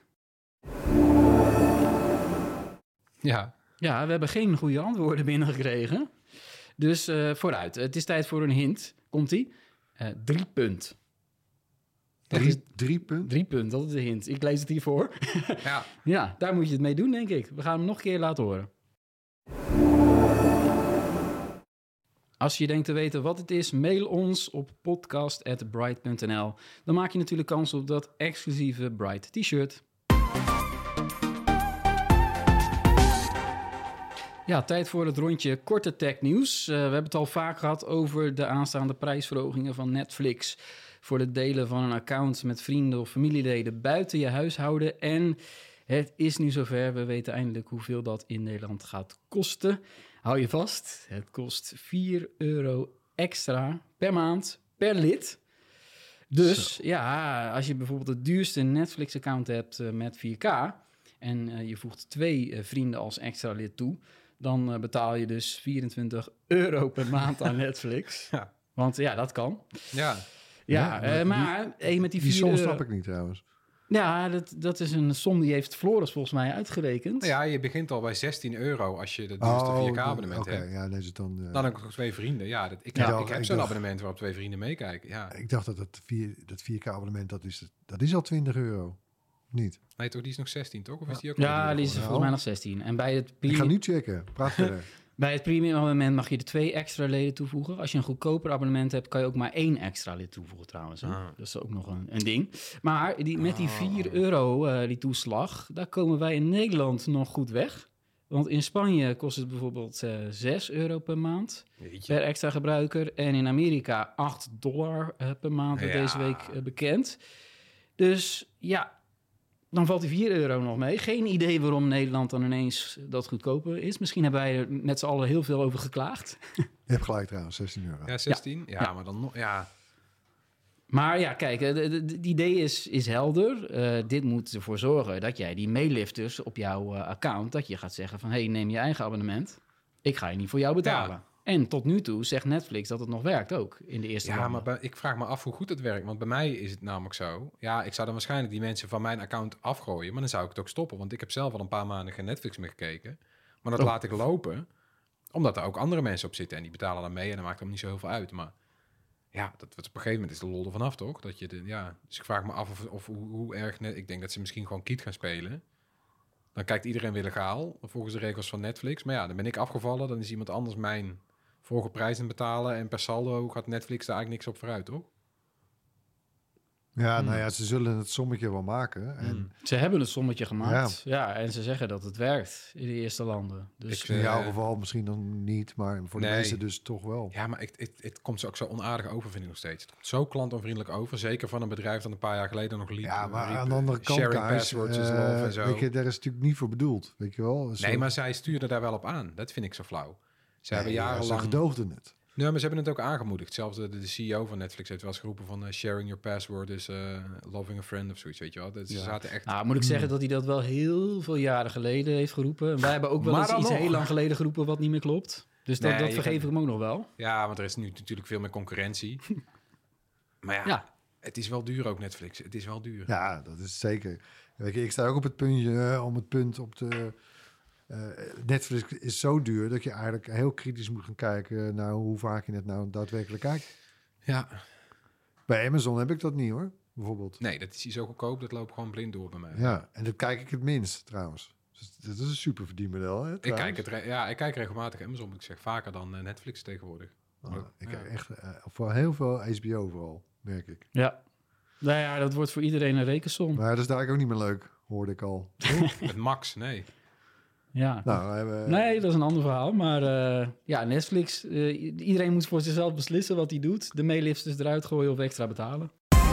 Speaker 4: Ja.
Speaker 2: Ja, we hebben geen goede antwoorden binnengekregen. Dus uh, vooruit. Het is tijd voor een hint. Komt-ie? Uh, drie punt.
Speaker 3: Drie,
Speaker 2: is,
Speaker 3: drie punt?
Speaker 2: Drie punt, dat is de hint. Ik lees het hiervoor.
Speaker 4: Ja.
Speaker 2: Ja, daar moet je het mee doen, denk ik. We gaan hem nog een keer laten horen. Als je denkt te weten wat het is, mail ons op podcast at bright punt n l. Dan maak je natuurlijk kans op dat exclusieve Bright t-shirt. Ja, tijd voor het rondje korte technieuws. Uh, we hebben het al vaak gehad over de aanstaande prijsverhogingen van Netflix voor het delen van een account met vrienden of familieleden buiten je huishouden. En het is nu zover, we weten eindelijk hoeveel dat in Nederland gaat kosten. Hou je vast, het kost vier euro extra per maand per lid. Dus Zo. ja, als je bijvoorbeeld het duurste Netflix-account hebt uh, met vier K en uh, je voegt twee uh, vrienden als extra lid toe, dan uh, betaal je dus vierentwintig euro per maand aan Netflix.
Speaker 4: Ja.
Speaker 2: Want ja, dat kan.
Speaker 4: Ja.
Speaker 2: Ja, ja, uh, maar die, hey, met die, die vier
Speaker 3: som
Speaker 2: euro...
Speaker 3: snap ik niet trouwens.
Speaker 2: Ja, dat, dat is een som die heeft Floris volgens mij uitgerekend.
Speaker 4: Ja, je begint al bij zestien euro als je de duurste
Speaker 3: oh,
Speaker 4: vier K-abonnement
Speaker 3: okay,
Speaker 4: hebt.
Speaker 3: Ja, dan is het dan... Uh...
Speaker 4: Dan heb ik nog twee vrienden. Ja, dat, ik,
Speaker 3: ja,
Speaker 4: heb, ik heb
Speaker 3: ik
Speaker 4: zo'n
Speaker 3: dacht,
Speaker 4: abonnement waarop twee vrienden meekijken. Ja.
Speaker 3: Ik dacht dat het vier, dat vier K-abonnement, dat is, dat is al twintig euro. Niet?
Speaker 4: Nee, toch, die is nog zestien, toch? Of is die ook
Speaker 2: ja,
Speaker 4: die
Speaker 2: is volgens mij nog zestien. En bij het...
Speaker 3: Ik ga nu checken. Praat verder.
Speaker 2: Bij het premium abonnement mag je er twee extra leden toevoegen. Als je een goedkoper abonnement hebt, kan je ook maar één extra lid toevoegen trouwens. Hè?
Speaker 4: Ah.
Speaker 2: Dat is ook nog een, een ding. Maar die, met die
Speaker 4: Oh.
Speaker 2: vier euro, uh, die toeslag, daar komen wij in Nederland nog goed weg. Want in Spanje kost het bijvoorbeeld uh, zes euro per maand
Speaker 4: Jeetje.
Speaker 2: per extra gebruiker. En in Amerika acht dollar uh, per maand, werd
Speaker 4: Ja.
Speaker 2: deze week uh, bekend. Dus ja, dan valt die vier euro nog mee. Geen idee waarom Nederland dan ineens dat goedkoper is. Misschien hebben wij er met z'n allen heel veel over geklaagd.
Speaker 3: Je hebt gelijk trouwens, zestien euro.
Speaker 4: Ja, zestien? Ja,
Speaker 2: Ja.
Speaker 4: maar dan nog... Ja,
Speaker 2: Maar ja, kijk, de- de- de- het idee is, is helder. Uh, dit moet ervoor zorgen dat jij die meelifters op jouw uh, account, dat je gaat zeggen van, hey, neem je eigen abonnement. Ik ga je niet voor jou betalen.
Speaker 4: Ja.
Speaker 2: En tot nu toe zegt Netflix dat het nog werkt ook in de eerste
Speaker 4: ja
Speaker 2: landen.
Speaker 4: maar bij- ik vraag me af hoe goed het werkt. Want bij mij is het namelijk zo... Ja, ik zou dan waarschijnlijk die mensen van mijn account afgooien. Maar dan zou ik het ook stoppen. Want ik heb zelf al een paar maanden geen Netflix meer gekeken. Maar dat
Speaker 2: Oh.
Speaker 4: laat ik lopen. Omdat er ook andere mensen op zitten. En die betalen dan mee. En dan maakt het niet zo heel veel uit. Maar ja, dat, op een gegeven moment is de lol er vanaf, toch? Dat je de, ja, dus ik vraag me af of, of hoe, hoe erg... Net, ik denk dat ze misschien gewoon kiet gaan spelen. Dan kijkt iedereen weer legaal. Volgens de regels van Netflix. Maar ja, dan ben ik afgevallen. Dan is iemand anders mijn... vorige prijzen betalen en per saldo gaat Netflix daar eigenlijk niks op vooruit, toch?
Speaker 3: Ja,
Speaker 2: Hmm.
Speaker 3: nou ja, ze zullen het sommetje wel maken. En
Speaker 4: Hmm.
Speaker 2: Ze hebben een sommetje gemaakt. Ja. en ze zeggen dat het werkt in de eerste landen. Dus
Speaker 4: Ik,
Speaker 3: in jouw
Speaker 4: eh,
Speaker 3: geval misschien dan niet, maar voor de
Speaker 4: nee.
Speaker 3: meeste dus toch wel.
Speaker 4: Ja, maar het, het, het komt zo ook zo onaardig over, vind ik nog steeds. Het komt zo klantonvriendelijk over. Zeker van een bedrijf dat een paar jaar geleden nog liep.
Speaker 3: Ja, maar
Speaker 4: riep,
Speaker 3: aan de andere kant,
Speaker 4: sharing
Speaker 3: guys,
Speaker 4: passwords is
Speaker 3: eh,
Speaker 4: love en zo.
Speaker 3: weet je, daar is natuurlijk niet voor bedoeld, weet je wel. Zo-
Speaker 4: Nee, maar zij stuurden daar wel op aan. Dat vind ik zo flauw. Ze hebben
Speaker 3: Nee, ja,
Speaker 4: jarenlang...
Speaker 3: Ze gedoogden het.
Speaker 4: Nee, maar ze hebben het ook aangemoedigd. Zelfs de, de C E O van Netflix heeft wel eens geroepen van... eh, sharing your password is eh, loving a friend of zoiets, weet je wel. Dat, ze
Speaker 3: Ja.
Speaker 4: zaten echt...
Speaker 2: nou, moet ik zeggen dat hij dat wel heel veel jaren geleden heeft geroepen. En wij hebben ook wel
Speaker 4: Maar
Speaker 2: eens
Speaker 4: dan
Speaker 2: iets
Speaker 4: nog.
Speaker 2: heel lang geleden geroepen wat niet meer klopt. Dus dat,
Speaker 4: Nee,
Speaker 2: dat
Speaker 4: je
Speaker 2: vergeef
Speaker 4: gaat-
Speaker 2: ik hem ook nog wel.
Speaker 4: Ja, want er is nu natuurlijk veel meer concurrentie. Maar ja,
Speaker 2: Ja.
Speaker 4: het is wel duur ook, Netflix. Het is wel duur.
Speaker 3: Ja, dat is zeker. Weet je, ik sta ook op het puntje eh, om het punt op de... eh, Netflix is zo duur dat je eigenlijk heel kritisch moet gaan kijken naar hoe vaak je het nou daadwerkelijk kijkt.
Speaker 4: Ja.
Speaker 3: Bij Amazon heb ik dat niet hoor, bijvoorbeeld.
Speaker 4: Nee, dat is hier zo goedkoop. Dat loopt gewoon blind door bij mij.
Speaker 3: Ja, en dat kijk ik het minst trouwens. Dus dat is een super verdienmodel. Hè,
Speaker 4: Ik
Speaker 3: trouwens.
Speaker 4: kijk, het re- ja, ik kijk regelmatig Amazon, moet ik zeg. Vaker dan eh, Netflix tegenwoordig.
Speaker 3: Oh, ik
Speaker 4: Ja.
Speaker 3: kijk echt uh, voor heel veel H B O vooral, merk ik.
Speaker 2: Ja. Nou ja, dat wordt voor iedereen een rekensom.
Speaker 3: Maar dat is daar ook niet meer leuk, hoorde ik al.
Speaker 4: Met Max, nee.
Speaker 2: Ja.
Speaker 3: nou, we hebben,
Speaker 2: Nee, dat is een ander verhaal. Maar uh, ja, Netflix, uh, iedereen moet voor zichzelf beslissen wat hij doet. De meelifters eruit gooien of extra betalen.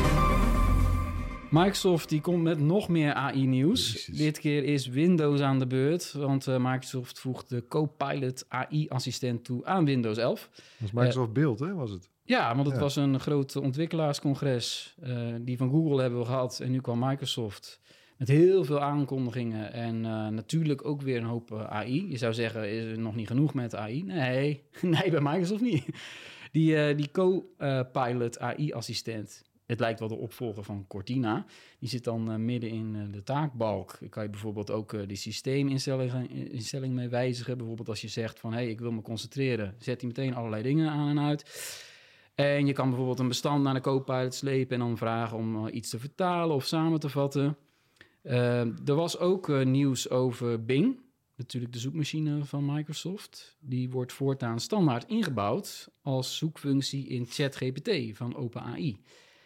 Speaker 2: Microsoft die komt met nog meer A I-nieuws.
Speaker 3: Jezus.
Speaker 2: Dit keer is Windows aan de beurt. Want uh, Microsoft voegt de Copilot A I-assistent toe aan Windows elf.
Speaker 3: dat was Microsoft Beeld, hè, was het?
Speaker 2: Ja, want het
Speaker 3: Ja.
Speaker 2: was een groot ontwikkelaarscongres. Uh, die van Google hebben we gehad. En nu kwam Microsoft met heel veel aankondigingen. En uh, natuurlijk ook weer een hoop uh, A I. Je zou zeggen, is er nog niet genoeg met A I? Nee, nee, bij Microsoft niet. Die, uh, die Copilot A I-assistent... Het lijkt wel de opvolger van Cortina. Die zit dan uh, midden in uh, de taakbalk. Dan kan je bijvoorbeeld ook uh, de systeeminstelling instelling mee wijzigen. Bijvoorbeeld als je zegt van... hé, hey, ik wil me concentreren. Zet hij meteen allerlei dingen aan en uit. En je kan bijvoorbeeld een bestand naar de Copilot slepen... en dan vragen om uh, iets te vertalen of samen te vatten. Uh, er was ook uh, nieuws over Bing. Natuurlijk de zoekmachine van Microsoft. Die wordt voortaan standaard ingebouwd... als zoekfunctie in ChatGPT van OpenAI.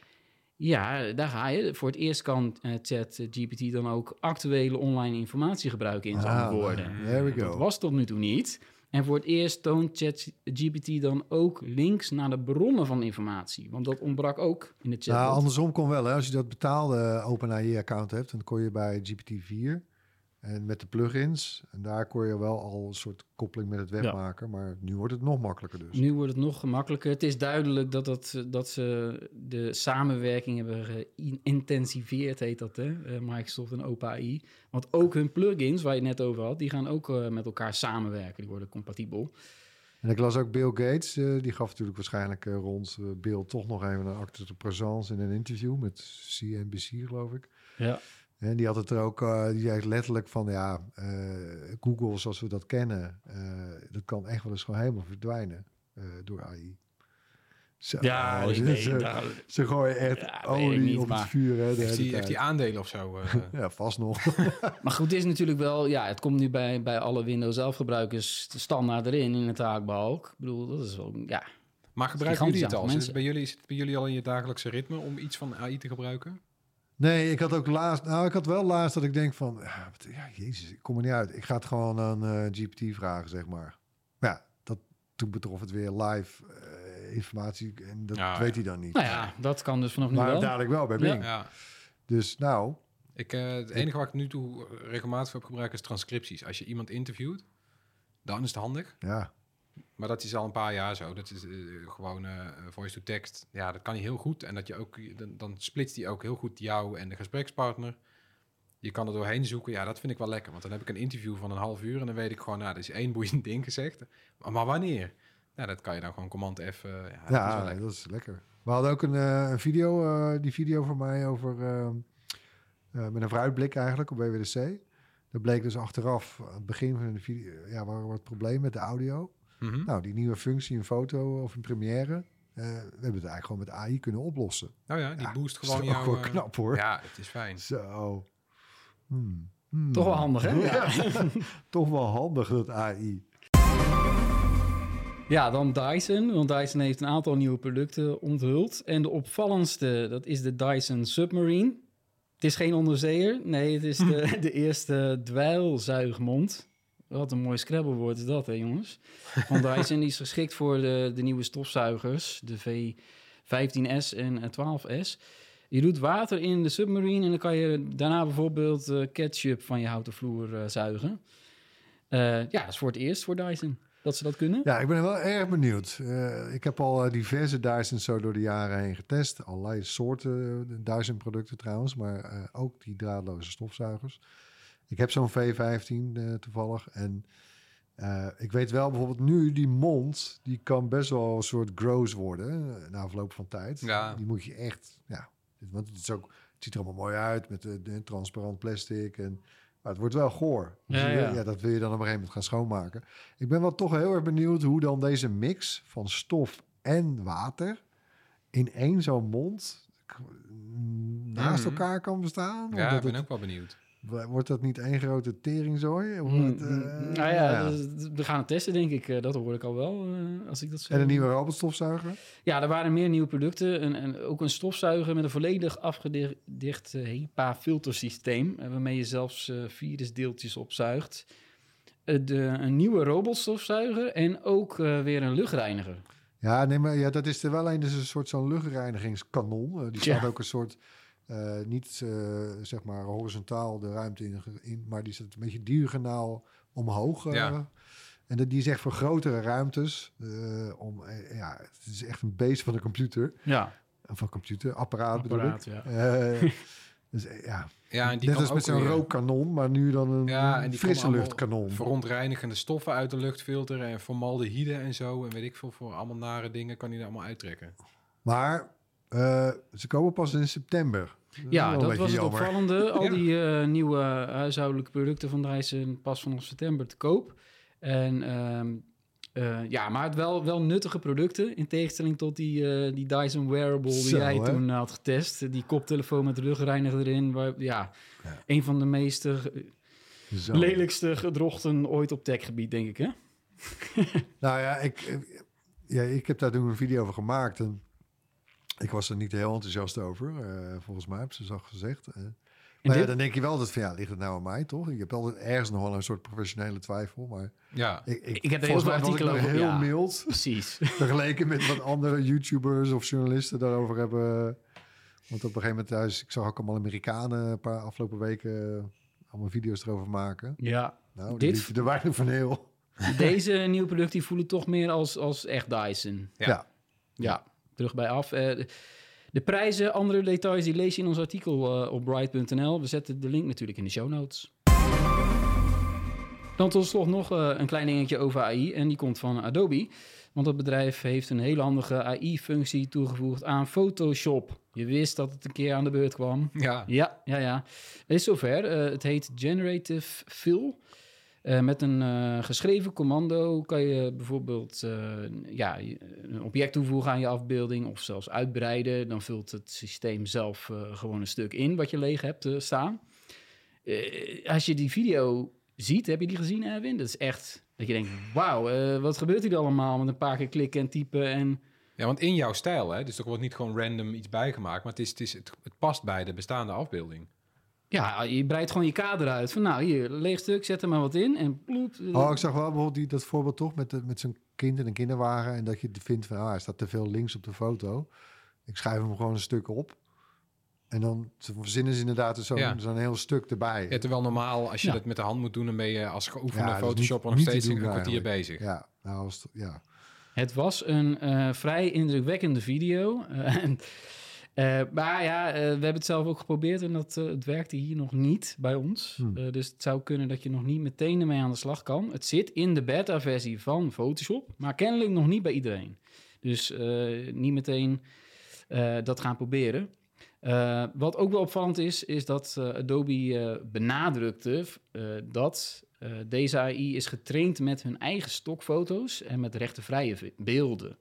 Speaker 2: Ja, daar ga je. Voor het eerst kan uh, ChatGPT dan ook actuele online informatie gebruiken in zijn
Speaker 3: Ah,
Speaker 2: antwoorden.
Speaker 3: there we go.
Speaker 2: Dat was tot nu toe niet. En voor het eerst toont ChatGPT dan ook links naar de bronnen van informatie. Want dat ontbrak ook in de chat.
Speaker 3: Nou, andersom kon wel. Hè. Als je dat betaalde OpenAI-account hebt, dan kon je bij G P T vier... en met de plugins, en daar kon je wel al een soort koppeling met het webmaken. Ja. Maar nu wordt het nog makkelijker dus.
Speaker 2: Nu wordt het nog gemakkelijker. Het is duidelijk dat, dat, dat ze de samenwerking hebben geïntensiveerd, heet dat, hè? Uh, Microsoft en OpenAI. Want ook hun plugins, waar je het net over had, die gaan ook uh, met elkaar samenwerken. Die worden compatibel.
Speaker 3: En ik las ook Bill Gates, uh, die gaf natuurlijk waarschijnlijk uh, rond uh, Bill toch nog even een acte de présence in een interview met C N B C, geloof ik.
Speaker 2: Ja.
Speaker 3: En die had het er ook, uh, die zei letterlijk van, ja, uh, Google zoals we dat kennen, uh, dat kan echt wel eens gewoon helemaal verdwijnen uh, door A I. Zo,
Speaker 2: Ja,
Speaker 3: oh,
Speaker 2: ik
Speaker 3: ze,
Speaker 2: weet,
Speaker 3: ze,
Speaker 2: daar-
Speaker 3: ze gooien echt
Speaker 2: Ja, weet ik
Speaker 3: olie
Speaker 2: niet,
Speaker 3: op
Speaker 2: maar-
Speaker 3: het vuur. Hè, de
Speaker 4: Heeft
Speaker 3: hele
Speaker 4: hij, heeft
Speaker 3: tijd.
Speaker 4: hij aandelen of zo? eh?
Speaker 3: Ja, vast nog.
Speaker 2: Maar goed, het is natuurlijk wel... Ja, het komt nu bij, bij alle Windows elf gebruikers standaard erin in de taakbalk. Ik bedoel, dat is wel... Ja,
Speaker 4: Maar gebruiken jullie het
Speaker 2: gigantisch
Speaker 4: al?
Speaker 2: aantal
Speaker 4: Is het,
Speaker 2: mensen.
Speaker 4: bij jullie, is het bij jullie al in je dagelijkse ritme om iets van A I te gebruiken?
Speaker 3: Nee, ik had ook laatst... Nou, ik had wel laatst dat ik denk van... Ja, wat- ja jezus, ik kom er niet uit. Ik ga het gewoon aan eh, G P T vragen, zeg maar. Maar ja, dat, toen betrof het weer live eh, informatie. En dat
Speaker 4: Ja,
Speaker 3: weet
Speaker 4: ja.
Speaker 3: hij dan niet.
Speaker 2: nou ja, dat kan dus vanaf nu
Speaker 3: maar
Speaker 2: wel.
Speaker 3: dadelijk wel bij Bing.
Speaker 4: Ja.
Speaker 3: Dus nou...
Speaker 4: Ik, eh, het enige wat ik nu toe regelmatig heb gebruikt is transcripties. Als je iemand interviewt, dan is het handig.
Speaker 3: Ja,
Speaker 4: Maar dat is al een paar jaar zo. Dat is eh, gewoon eh, voice-to-text. Ja, dat kan hij heel goed. En dat je ook, dan, dan splitst hij ook heel goed jou en de gesprekspartner. Je kan er doorheen zoeken. Ja, dat vind ik wel lekker. Want dan heb ik een interview van een half uur en dan weet ik gewoon, nou, er is één boeiend ding gezegd. Maar, maar wanneer? Nou, dat kan je dan gewoon command F. Uh, ja, dat is wel
Speaker 3: ja
Speaker 4: lekker.
Speaker 3: dat is lekker. We hadden ook een, eh, een video, eh, die video van mij over... eh, eh, met een vooruitblik eigenlijk op W W D C. Dat bleek dus achteraf, aan het begin van de video... Ja, waar wat probleem met de audio.
Speaker 4: Mhm.
Speaker 3: Nou, die nieuwe functie, een foto of een première... eh, we hebben het eigenlijk gewoon met A I kunnen oplossen.
Speaker 4: Nou ja, die
Speaker 3: Ja,
Speaker 4: boost
Speaker 3: dat is
Speaker 4: gewoon
Speaker 3: ook
Speaker 4: jouw...
Speaker 3: wel
Speaker 4: eh,
Speaker 3: knap, hoor.
Speaker 4: Ja, het is fijn.
Speaker 3: Zo. Hmm. Hmm.
Speaker 2: Toch wel handig, hè?
Speaker 3: Ja. Toch wel handig, dat A I.
Speaker 2: Ja, dan Dyson. Want Dyson heeft een aantal nieuwe producten onthuld. En de opvallendste, dat is de Dyson Submarine. Het is geen onderzeeër. Nee, het is de, de eerste dweilzuigmond. Wat een mooi Scrabblewoord is dat, hè jongens? Van Dyson, die is geschikt voor de, de nieuwe stofzuigers. De V vijftien S en twaalf S. Je doet water in de Submarine en dan kan je daarna bijvoorbeeld uh, ketchup van je houten vloer uh, zuigen. Uh, ja, dat is voor het eerst voor Dyson dat ze dat kunnen.
Speaker 3: Ja, ik ben wel erg benieuwd. Uh, ik heb al uh, diverse Dysons zo door de jaren heen getest. Allerlei soorten uh, Dyson producten trouwens, maar uh, ook die draadloze stofzuigers. Ik heb zo'n V vijftien uh, toevallig. En uh, ik weet wel bijvoorbeeld nu, die mond, die kan best wel een soort gross worden uh, na afloop van tijd.
Speaker 4: Ja.
Speaker 3: Die moet je echt, ja, want het, is ook, het ziet er allemaal mooi uit met de, de transparant plastic en... Maar het wordt wel goor. Dus
Speaker 2: Ja, ja.
Speaker 3: ja, dat wil je dan op een gegeven moment gaan schoonmaken. Ik ben wel toch heel erg benieuwd hoe dan deze mix van stof en water in één zo'n mond naast
Speaker 4: Mhm.
Speaker 3: elkaar kan bestaan.
Speaker 4: Ja,
Speaker 3: Omdat
Speaker 4: ik ben
Speaker 3: het,
Speaker 4: ook wel benieuwd.
Speaker 3: wordt dat niet één grote teringzooi? Of
Speaker 2: Mm,
Speaker 3: wat, eh,
Speaker 2: mm, nou ja,
Speaker 3: ja.
Speaker 2: dus we gaan het testen, denk ik. Uh, dat hoor ik al wel, uh, als ik dat zo...
Speaker 3: En een nieuwe robotstofzuiger?
Speaker 2: Ja, er waren meer nieuwe producten. En, en ook een stofzuiger met een volledig afgedicht uh, HEPA-filtersysteem. Uh, waarmee je zelfs uh, virusdeeltjes opzuigt. Uh, de, een nieuwe robotstofzuiger en ook uh, weer een luchtreiniger.
Speaker 3: Ja, nee, maar ja, dat is er wel een, dus een soort zo'n luchtreinigingskanon. Uh, die staat
Speaker 2: Ja.
Speaker 3: ook een soort, uh, niet uh, zeg maar horizontaal de ruimte in, in, maar die staat een beetje diagonaal omhoog. Uh,
Speaker 4: Ja.
Speaker 3: En dat, die is echt voor grotere ruimtes. Uh, om, uh, ja, het is echt een beest van de computer.
Speaker 2: Ja,
Speaker 3: Van computer, apparaat,
Speaker 2: apparaat,
Speaker 3: bedoel ik.
Speaker 2: ja.
Speaker 3: Uh, dus uh, ja,
Speaker 4: Ja, en die
Speaker 3: net
Speaker 4: kan
Speaker 3: als met
Speaker 4: ook
Speaker 3: zo'n
Speaker 4: weer-
Speaker 3: rookkanon, maar nu dan een
Speaker 4: Ja, en die
Speaker 3: frisse
Speaker 4: komen
Speaker 3: luchtkanon.
Speaker 4: allemaal verontreinigende stoffen uit de lucht filteren en formaldehyde en zo. En weet ik veel, voor allemaal nare dingen kan hij er allemaal uittrekken.
Speaker 3: Maar uh, ze komen pas in september.
Speaker 2: Ja,
Speaker 3: wel
Speaker 2: dat
Speaker 3: een
Speaker 2: was
Speaker 3: beetje
Speaker 2: het
Speaker 3: jammer.
Speaker 2: opvallende. Al
Speaker 4: Ja.
Speaker 2: die uh, nieuwe huishoudelijke producten van Dyson pas vanaf september te koop. En um, uh, ja, maar het wel, wel nuttige producten. In tegenstelling tot die, uh, die Dyson Wearable die
Speaker 3: Zo,
Speaker 2: jij
Speaker 3: hè?
Speaker 2: toen had getest. Die koptelefoon met rugreiniger erin. Waar, ja,
Speaker 3: Ja.
Speaker 2: een van de meest uh,
Speaker 3: Zo.
Speaker 2: lelijkste gedrochten ooit op techgebied, denk ik, hè?
Speaker 3: Nou ja ik, ja, ik heb daar toen een video over gemaakt. En ik was er niet heel enthousiast over. Uh, volgens mij heb ze zo gezegd. Uh, maar ja,
Speaker 2: dit-
Speaker 3: dan denk je wel dat van ja, ligt het nou aan mij, toch? Je hebt altijd ergens nog wel een soort professionele twijfel. Maar
Speaker 4: Ja,
Speaker 3: ik, ik,
Speaker 2: Ik heb er heel
Speaker 3: volgens
Speaker 2: veel
Speaker 3: mij was ik
Speaker 2: artikelen
Speaker 3: nog
Speaker 2: over,
Speaker 3: heel
Speaker 2: ja.
Speaker 3: mild.
Speaker 2: Precies.
Speaker 3: Vergeleken met wat andere YouTubers of journalisten daarover hebben. Want op een gegeven moment thuis, ik zag ook allemaal Amerikanen een paar afgelopen weken uh, allemaal video's erover maken.
Speaker 2: Ja.
Speaker 3: Nou, die
Speaker 2: Dit-
Speaker 3: liepen er weinig van heel.
Speaker 2: Deze nieuwe producten die voelen toch meer als, als echt Dyson.
Speaker 4: Ja.
Speaker 3: Ja.
Speaker 2: Ja, terug bij af. Eh, de, de prijzen, andere details, die lees je in ons artikel uh, op bright punt n l. We zetten de link natuurlijk in de show notes. Dan tot slot nog uh, een klein dingetje over A I. En die komt van Adobe. Want dat bedrijf heeft een hele handige A I-functie toegevoegd aan Photoshop. Je wist dat het een keer aan de beurt kwam.
Speaker 4: ja.
Speaker 2: Ja, ja, ja. Het is zover. Uh, het heet Generative Fill. Uh, met een uh, geschreven commando kan je bijvoorbeeld uh, ja, een object toevoegen aan je afbeelding of zelfs uitbreiden. Dan vult het systeem zelf uh, gewoon een stuk in wat je leeg hebt uh, staan. Uh, als je die video ziet, heb je die gezien, Erwin? Dat is echt dat je denkt, wauw, uh, wat gebeurt hier allemaal met een paar keer klikken en typen en...
Speaker 4: Ja, want in jouw stijl, hè, dus er wordt niet gewoon random iets bijgemaakt, maar het, is, het, is, het, het past bij de bestaande afbeelding.
Speaker 2: Ja, je breidt gewoon je kader uit. Van nou, hier, leeg stuk, zet er maar wat in en ploep.
Speaker 3: Oh, ik zag wel bijvoorbeeld die, dat voorbeeld toch met, de, met zijn kind en een kinderwagen en dat je vindt van, ah, hij staat te veel links op de foto. Ik schrijf hem gewoon een stuk op. En dan verzinnen ze inderdaad zo'n ja. zo'n heel stuk erbij.
Speaker 4: Ja, terwijl normaal, als je ja. dat met de hand moet doen, dan ben je als geoefende ja, Photoshopper
Speaker 3: nog
Speaker 4: steeds
Speaker 3: doen,
Speaker 4: een kwartier
Speaker 3: eigenlijk.
Speaker 4: bezig.
Speaker 3: Ja, nou, was het, ja.
Speaker 2: Het was een uh, vrij indrukwekkende video. Uh, en, uh, maar ja, uh, we hebben het zelf ook geprobeerd en dat, uh, het werkte hier nog niet bij ons. Hmm. Uh, dus het zou kunnen dat je nog niet meteen ermee aan de slag kan. Het zit in de beta-versie van Photoshop, maar kennelijk nog niet bij iedereen. Dus uh, niet meteen uh, dat gaan proberen. Uh, wat ook wel opvallend is, is dat uh, Adobe uh, benadrukte uh, dat uh, deze A I is getraind met hun eigen stokfoto's en met rechtenvrije beelden.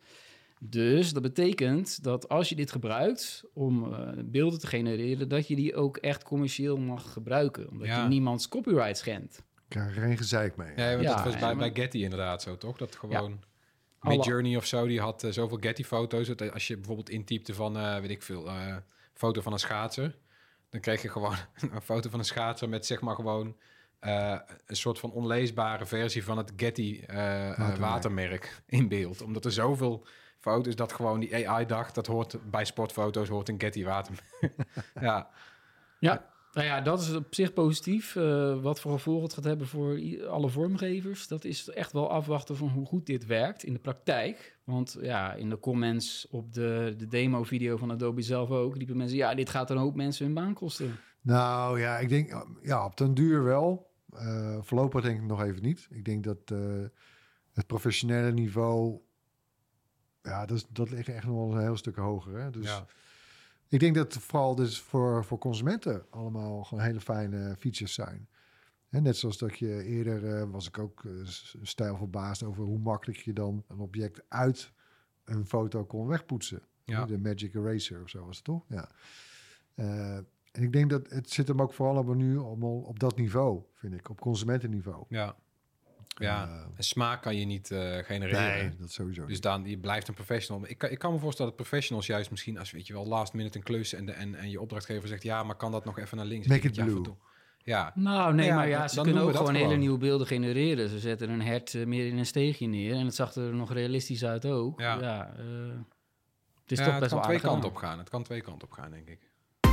Speaker 2: Dus dat betekent dat als je dit gebruikt om uh, beelden te genereren, dat je die ook echt commercieel mag gebruiken, omdat ja. je niemands copyright schendt.
Speaker 3: Ik krijg er geen gezeik mee.
Speaker 4: Ja, want ja, dat was bij, maar... bij Getty inderdaad zo, toch? Dat gewoon... Ja. Midjourney of zo, die had uh, zoveel Getty-foto's. Dat als je bijvoorbeeld intypte van, uh, weet ik veel... Uh, foto van een schaatser, dan kreeg je gewoon een foto van een schaatser met zeg maar gewoon uh, een soort van onleesbare versie van het Getty uh, watermerk. Uh, watermerk in beeld. Omdat er zoveel foto's dat gewoon die A I dacht, dat hoort bij sportfoto's, hoort een Getty watermerk. ja.
Speaker 2: Ja, nou ja, dat is op zich positief. Uh, wat voor gevolgen het gaat hebben voor alle vormgevers, dat is echt wel afwachten van hoe goed dit werkt in de praktijk. Want ja, in de comments op de, de demo-video van Adobe zelf ook, riepen mensen, ja, dit gaat een hoop mensen hun baan kosten.
Speaker 3: Nou ja, ik denk, ja, op den duur wel. Uh, voorlopig denk ik nog even niet. Ik denk dat uh, het professionele niveau, ja, dat, dat ligt echt nog wel een heel stuk hoger. Hè? Dus ja. Ik denk dat vooral dus voor, voor consumenten allemaal gewoon hele fijne features zijn. En net zoals dat je eerder uh, was ik ook uh, stijl verbaasd over hoe makkelijk je dan een object uit een foto kon wegpoetsen.
Speaker 4: Ja.
Speaker 3: De Magic Eraser of zo was het toch? Ja. Uh, en ik denk dat het zit hem ook vooral op nu allemaal op dat niveau, vind ik, op consumentenniveau.
Speaker 4: Ja. Ja, uh, en smaak kan je niet uh, genereren.
Speaker 3: Nee, dat sowieso
Speaker 4: Dus
Speaker 3: niet.
Speaker 4: dan, je blijft een professional. Ik kan, ik kan me voorstellen dat professionals juist misschien, als weet je wel, last minute een klus en, de, en, en je opdrachtgever zegt, ja, maar kan dat nog even naar links?
Speaker 3: Make it blue.
Speaker 4: Ja.
Speaker 2: Nou, nee,
Speaker 4: ja,
Speaker 2: maar ja,
Speaker 4: dan,
Speaker 2: ze
Speaker 4: dan
Speaker 2: kunnen ook
Speaker 4: gewoon
Speaker 2: gewoon hele nieuwe beelden genereren. Ze zetten een hert uh, meer in een steegje neer en het zag er nog realistisch uit ook.
Speaker 4: Ja,
Speaker 2: ja uh, het is
Speaker 4: ja,
Speaker 2: toch
Speaker 4: het
Speaker 2: best
Speaker 4: kan
Speaker 2: wel
Speaker 4: twee kanten
Speaker 2: gedaan.
Speaker 4: op gaan. Het kan twee kanten op gaan, denk ik.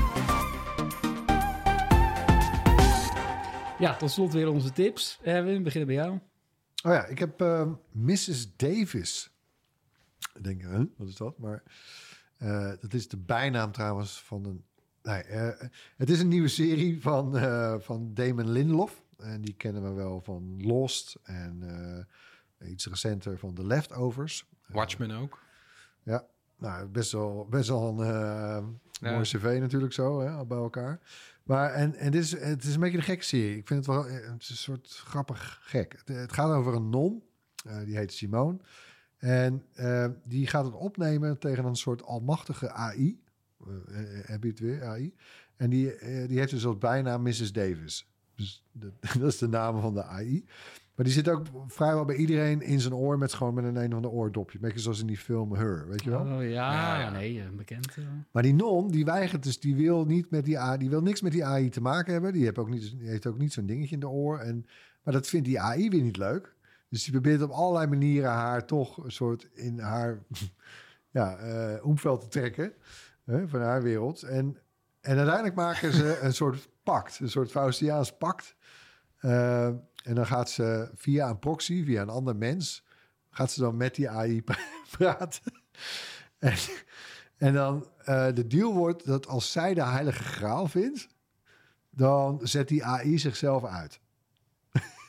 Speaker 2: Ja, tot slot weer onze tips. Erwin, we beginnen bij jou.
Speaker 3: Oh ja, ik heb uh, missus Davis. Ik denk, huh, wat is dat? Maar uh, dat is de bijnaam trouwens van een... Nee, uh, het is een nieuwe serie van, uh, van Damon Lindelof. En die kennen we wel van Lost en uh, iets recenter van The Leftovers.
Speaker 4: Watchmen uh, ook.
Speaker 3: Ja, nou, best wel, best wel een uh, ja. mooi cv natuurlijk zo, hè, bij elkaar. Maar en, en dit is, het is een beetje een gekke serie. Ik vind het wel het is een soort grappig gek. Het, het gaat over een non, uh, die heet Simone. En uh, die gaat het opnemen tegen een soort almachtige A I. Uh, heb je het weer, A I? En die, uh, die heeft dus als bijnaam missus Davis. Dus de, dat is de naam van de A I. Maar die zit ook vrijwel bij iedereen in zijn oor met gewoon met een een of ander oordopje. Een beetje zoals in die film Her, weet je wel?
Speaker 2: Oh ja,
Speaker 4: ja, ja.
Speaker 2: nee, bekend. Uh.
Speaker 3: Maar die non, die weigert dus, die wil niet met die A I, die wil niks met die A I te maken hebben. Die heeft ook niet, die heeft ook niet zo'n dingetje in de oor. En, maar dat vindt die A I weer niet leuk. Dus die probeert op allerlei manieren haar toch een soort in haar ja, uh, omveld te trekken. Hè, van haar wereld. En, en uiteindelijk maken ze een soort pact, een soort Faustiaans pact. Uh, en dan gaat ze via een proxy, via een ander mens, gaat ze dan met die A I praten. en, en dan uh, de deal wordt dat als zij de heilige graal vindt, dan zet die A I zichzelf uit.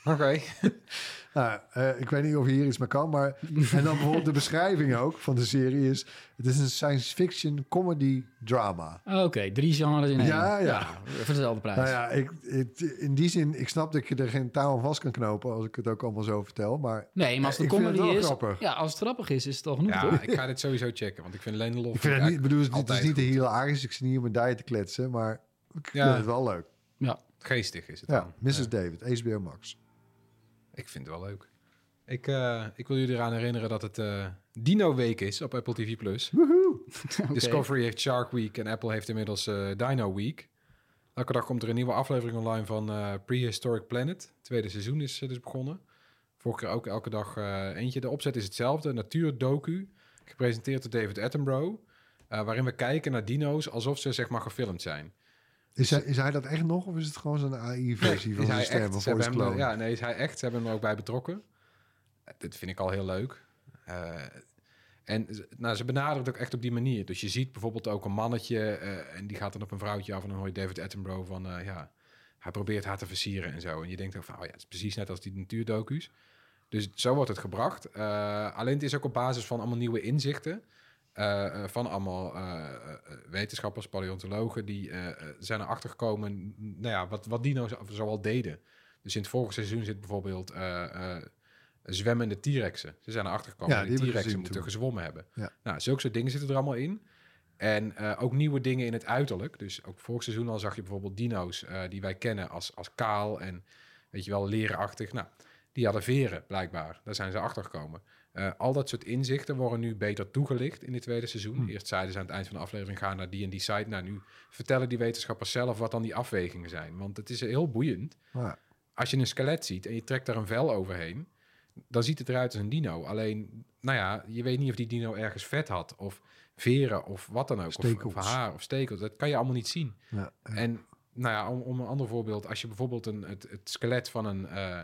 Speaker 4: Oké.
Speaker 3: Nou, uh, ik weet niet of hier iets mee kan, maar... en dan bijvoorbeeld de beschrijving ook van de serie is... het is een science fiction comedy drama.
Speaker 2: Oké, okay, drie genres in één.
Speaker 3: Ja, ja.
Speaker 2: ja voor dezelfde prijs.
Speaker 3: Nou ja, ik, het, in die zin, ik snap dat je er geen touw aan vast kan knopen... als ik het ook allemaal zo vertel, maar...
Speaker 2: Nee, maar als het
Speaker 3: een
Speaker 2: comedy is...
Speaker 3: grappig.
Speaker 2: Ja, als het grappig is, is het al genoeg,
Speaker 4: Ja,
Speaker 2: toch?
Speaker 4: ik ga dit sowieso checken, want ik vind Lane Lof...
Speaker 3: Ik vind het niet, bedoel, het is
Speaker 4: altijd
Speaker 3: niet
Speaker 4: goed.
Speaker 3: hilarisch, ik zit niet om een diet te kletsen... maar ik
Speaker 4: Ja.
Speaker 3: vind het wel leuk.
Speaker 2: Ja.
Speaker 4: Geestig is het
Speaker 3: Ja,
Speaker 4: dan.
Speaker 3: missus
Speaker 4: Ja.
Speaker 3: David, H B O Max.
Speaker 4: Ik vind het wel leuk. Ik, uh, ik wil jullie eraan herinneren dat het uh, Dino-week is op Apple T V plus.
Speaker 3: Woehoe!
Speaker 2: Okay.
Speaker 4: Discovery heeft Shark Week en Apple heeft inmiddels uh, Dino Week. Elke dag komt er een nieuwe aflevering online van uh, Prehistoric Planet. Het tweede seizoen is uh, dus begonnen. Vorige keer ook elke dag uh, eentje. De opzet is hetzelfde. Natuurdocu, gepresenteerd door David Attenborough. Uh, waarin we kijken naar dino's alsof ze zeg maar gefilmd zijn.
Speaker 3: Is hij, is hij dat echt nog of is het gewoon zo'n A I-versie
Speaker 4: Nee,
Speaker 3: van
Speaker 4: is
Speaker 3: zijn
Speaker 4: hij
Speaker 3: stem?
Speaker 4: echt?
Speaker 3: Of
Speaker 4: Ze hebben
Speaker 3: voice
Speaker 4: hem,
Speaker 3: clone?
Speaker 4: ja, nee, is hij echt. Ze hebben hem er ook bij betrokken. Dit vind ik al heel leuk. Uh, en nou, ze benaderen het ook echt op die manier. Dus je ziet bijvoorbeeld ook een mannetje... Uh, en die gaat dan op een vrouwtje af... en dan hoor je David Attenborough van... Uh, ja, hij probeert haar te versieren en zo. En je denkt ook van... oh ja, het is precies net als die natuurdocu's. Dus zo wordt het gebracht. Uh, alleen het is ook op basis van allemaal nieuwe inzichten... Uh, van allemaal uh, wetenschappers, paleontologen... die uh, zijn erachter gekomen... nou ja, wat, wat dino's zoal deden. Dus in het vorige seizoen zit bijvoorbeeld... Uh, uh, zwemmende T-rexen. Ze zijn erachter gekomen
Speaker 3: Ja,
Speaker 4: dat die
Speaker 3: die
Speaker 4: T-rexen
Speaker 3: gezien
Speaker 4: moeten
Speaker 3: toen.
Speaker 4: gezwommen hebben.
Speaker 3: Ja.
Speaker 4: Nou, zulke soort dingen zitten er allemaal in. En uh, ook nieuwe dingen in het uiterlijk. Dus ook vorig seizoen al zag je bijvoorbeeld dino's... Uh, die wij kennen als, als kaal en weet je wel, lerenachtig. Nou, die hadden veren blijkbaar. Daar zijn ze achter gekomen. Uh, al dat soort inzichten worden nu beter toegelicht in het tweede seizoen.
Speaker 3: Hm.
Speaker 4: Eerst zeiden ze aan het eind van de aflevering... ga naar die en die site. Nou, nu vertellen die wetenschappers zelf wat dan die afwegingen zijn. Want het is heel boeiend.
Speaker 3: Ja.
Speaker 4: Als je een skelet ziet en je trekt daar een vel overheen... dan ziet het eruit als een dino. Alleen, nou ja, je weet niet of die dino ergens vet had... of veren of wat dan ook.
Speaker 3: Stekels.
Speaker 4: Of, of haar of stekels. Dat kan je allemaal niet zien.
Speaker 3: Ja, ja.
Speaker 4: En nou ja, om, om een ander voorbeeld... als je bijvoorbeeld een, het, het skelet van een, uh,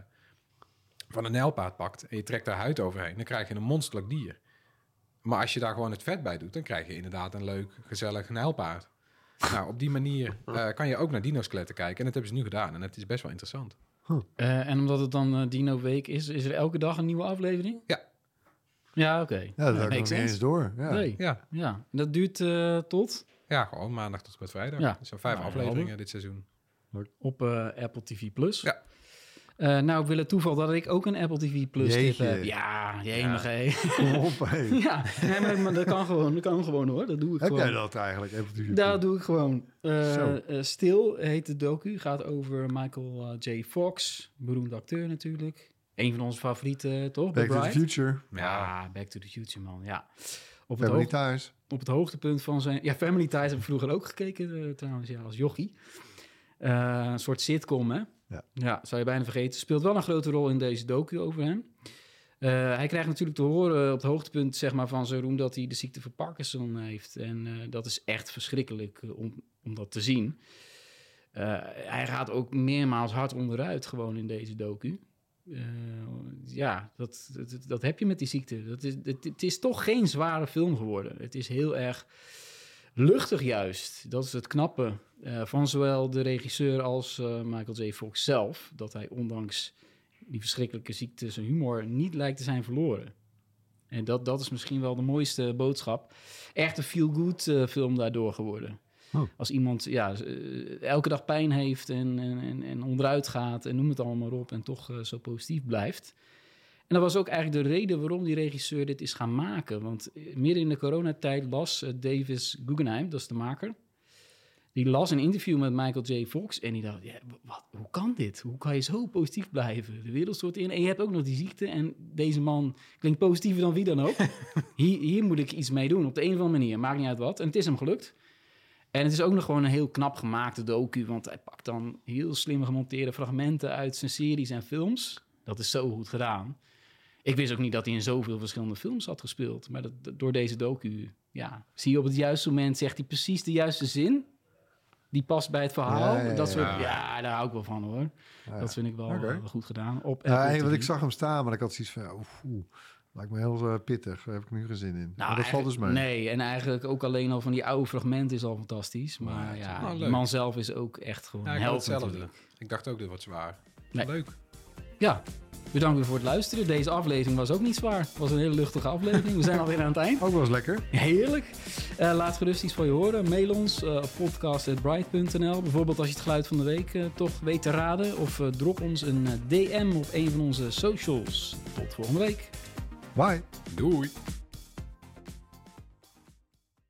Speaker 4: van een nijlpaard pakt... en je trekt daar huid overheen... dan krijg je een monsterlijk dier. Maar als je daar gewoon het vet bij doet... dan krijg je inderdaad een leuk, gezellig nijlpaard. Nou, op die manier uh, kan je ook naar dino-skeletten kijken... en dat hebben ze nu gedaan. En het is best wel interessant.
Speaker 2: Uh, en omdat het dan uh, Dino Week is, is er elke dag een nieuwe aflevering?
Speaker 4: Ja.
Speaker 2: Ja, oké. Okay.
Speaker 3: Ja, dat
Speaker 2: uh,
Speaker 3: had ik nog niet eens door. Ja.
Speaker 2: Nee.
Speaker 4: Ja.
Speaker 2: Ja. Dat duurt uh, tot?
Speaker 4: Ja, gewoon maandag tot en met vrijdag.
Speaker 2: Ja.
Speaker 4: Er zijn vijf
Speaker 2: nou,
Speaker 4: afleveringen
Speaker 2: helder.
Speaker 4: dit seizoen.
Speaker 2: Op uh, Apple T V plus.
Speaker 4: Ja.
Speaker 2: Uh, nou, ik wil het toeval dat ik ook een Apple T V plus tip
Speaker 3: Jeetje.
Speaker 2: heb. Ja, jemig, hé.
Speaker 3: Kom op, hey.
Speaker 2: Ja, nee, maar, maar dat kan gewoon, dat kan gewoon hoor. Dat doe ik
Speaker 3: Heb
Speaker 2: gewoon.
Speaker 3: jij dat eigenlijk? Apple T V?
Speaker 2: Dat doe ik gewoon. Uh,
Speaker 3: Zo.
Speaker 2: uh, Stil heet de docu. Gaat over Michael uh, J. Fox. Beroemde acteur natuurlijk. Een van onze favorieten, toch?
Speaker 3: Back
Speaker 2: The
Speaker 3: to the
Speaker 2: Bride?
Speaker 3: Future.
Speaker 2: Ja, Back to the Future, man. Ja. Op het,
Speaker 3: Family
Speaker 2: hoog,
Speaker 3: Ties.
Speaker 2: op het hoogtepunt van zijn... Ja, Family Ties heb ik vroeger ook gekeken, uh, trouwens, ja, als jochie. Uh, een soort sitcom, hè?
Speaker 3: Ja.
Speaker 2: Ja, zou je bijna vergeten. Speelt wel een grote rol in deze docu over hem. Uh, hij krijgt natuurlijk te horen op het hoogtepunt zeg maar, van zijn roem... dat hij de ziekte van Parkinson heeft. En uh, dat is echt verschrikkelijk uh, om, om dat te zien. Uh, hij gaat ook meermaals hard onderuit gewoon in deze docu. Uh, ja, dat, dat, dat heb je met die ziekte. Dat is, het, het is toch geen zware film geworden. Het is heel erg luchtig juist. Dat is het knappe uh, van zowel de regisseur als uh, Michael J. Fox zelf. Dat hij ondanks die verschrikkelijke ziekte zijn humor niet lijkt te zijn verloren. En dat, dat is misschien wel de mooiste boodschap. Echt een feel-good uh, film daardoor geworden. Oh. Als iemand ja, uh, elke dag pijn heeft en, en, en onderuit gaat en noem het allemaal maar op en toch uh, zo positief blijft. En dat was ook eigenlijk de reden waarom die regisseur dit is gaan maken. Want uh, midden in de coronatijd las uh, Davis Guggenheim, dat is de maker, die las een interview met Michael J. Fox en die dacht, ja, wat, hoe kan dit? Hoe kan je zo positief blijven? De wereld stort in en je hebt ook nog die ziekte en deze man klinkt positiever dan wie dan ook. hier, hier moet ik iets mee doen, op de een of andere manier, maakt niet uit wat. En het is hem gelukt. En het is ook nog gewoon een heel knap gemaakte docu, want hij pakt dan heel slim gemonteerde fragmenten uit zijn series en films. Dat is zo goed gedaan. Ik wist ook niet dat hij in zoveel verschillende films had gespeeld. Maar dat, door deze docu, ja, zie je op het juiste moment, zegt hij precies de juiste zin. Die past bij het verhaal.
Speaker 3: Ja, ja, ja.
Speaker 2: Dat soort, ja, daar hou ik wel van hoor.
Speaker 3: Ja.
Speaker 2: Dat vind ik wel,
Speaker 3: Okay.
Speaker 2: wel goed gedaan. Op
Speaker 3: Ja,
Speaker 2: Apple
Speaker 3: nee, want
Speaker 2: T V.
Speaker 3: ik zag hem staan, maar ik had zoiets van, ja, oef, oeh, lijkt me heel uh, pittig. Daar heb ik nu geen zin in.
Speaker 2: Nou,
Speaker 3: maar dat valt dus mee.
Speaker 2: Nee, en eigenlijk ook alleen al van die oude fragmenten is al fantastisch. Maar
Speaker 4: Ja,
Speaker 2: ja,
Speaker 4: wel
Speaker 2: die
Speaker 4: leuk.
Speaker 2: man zelf is ook echt gewoon
Speaker 4: Ja,
Speaker 2: een
Speaker 4: ik had
Speaker 2: held
Speaker 4: hetzelfde.
Speaker 2: natuurlijk.
Speaker 4: Ik dacht ook, dit wordt zwaar.
Speaker 2: Nee.
Speaker 4: Leuk.
Speaker 2: Ja, bedankt weer voor het luisteren. Deze aflevering was ook niet zwaar. Het was een hele luchtige aflevering. We zijn alweer aan het eind.
Speaker 3: Ook wel eens lekker.
Speaker 2: Heerlijk. Uh, laat gerust iets van je horen. Mail ons uh, op podcast at bright punt n l. Bijvoorbeeld als je het geluid van de week uh, toch weet te raden. Of uh, drop ons een uh, D M op een van onze socials. Tot volgende week.
Speaker 3: Bye.
Speaker 4: Doei.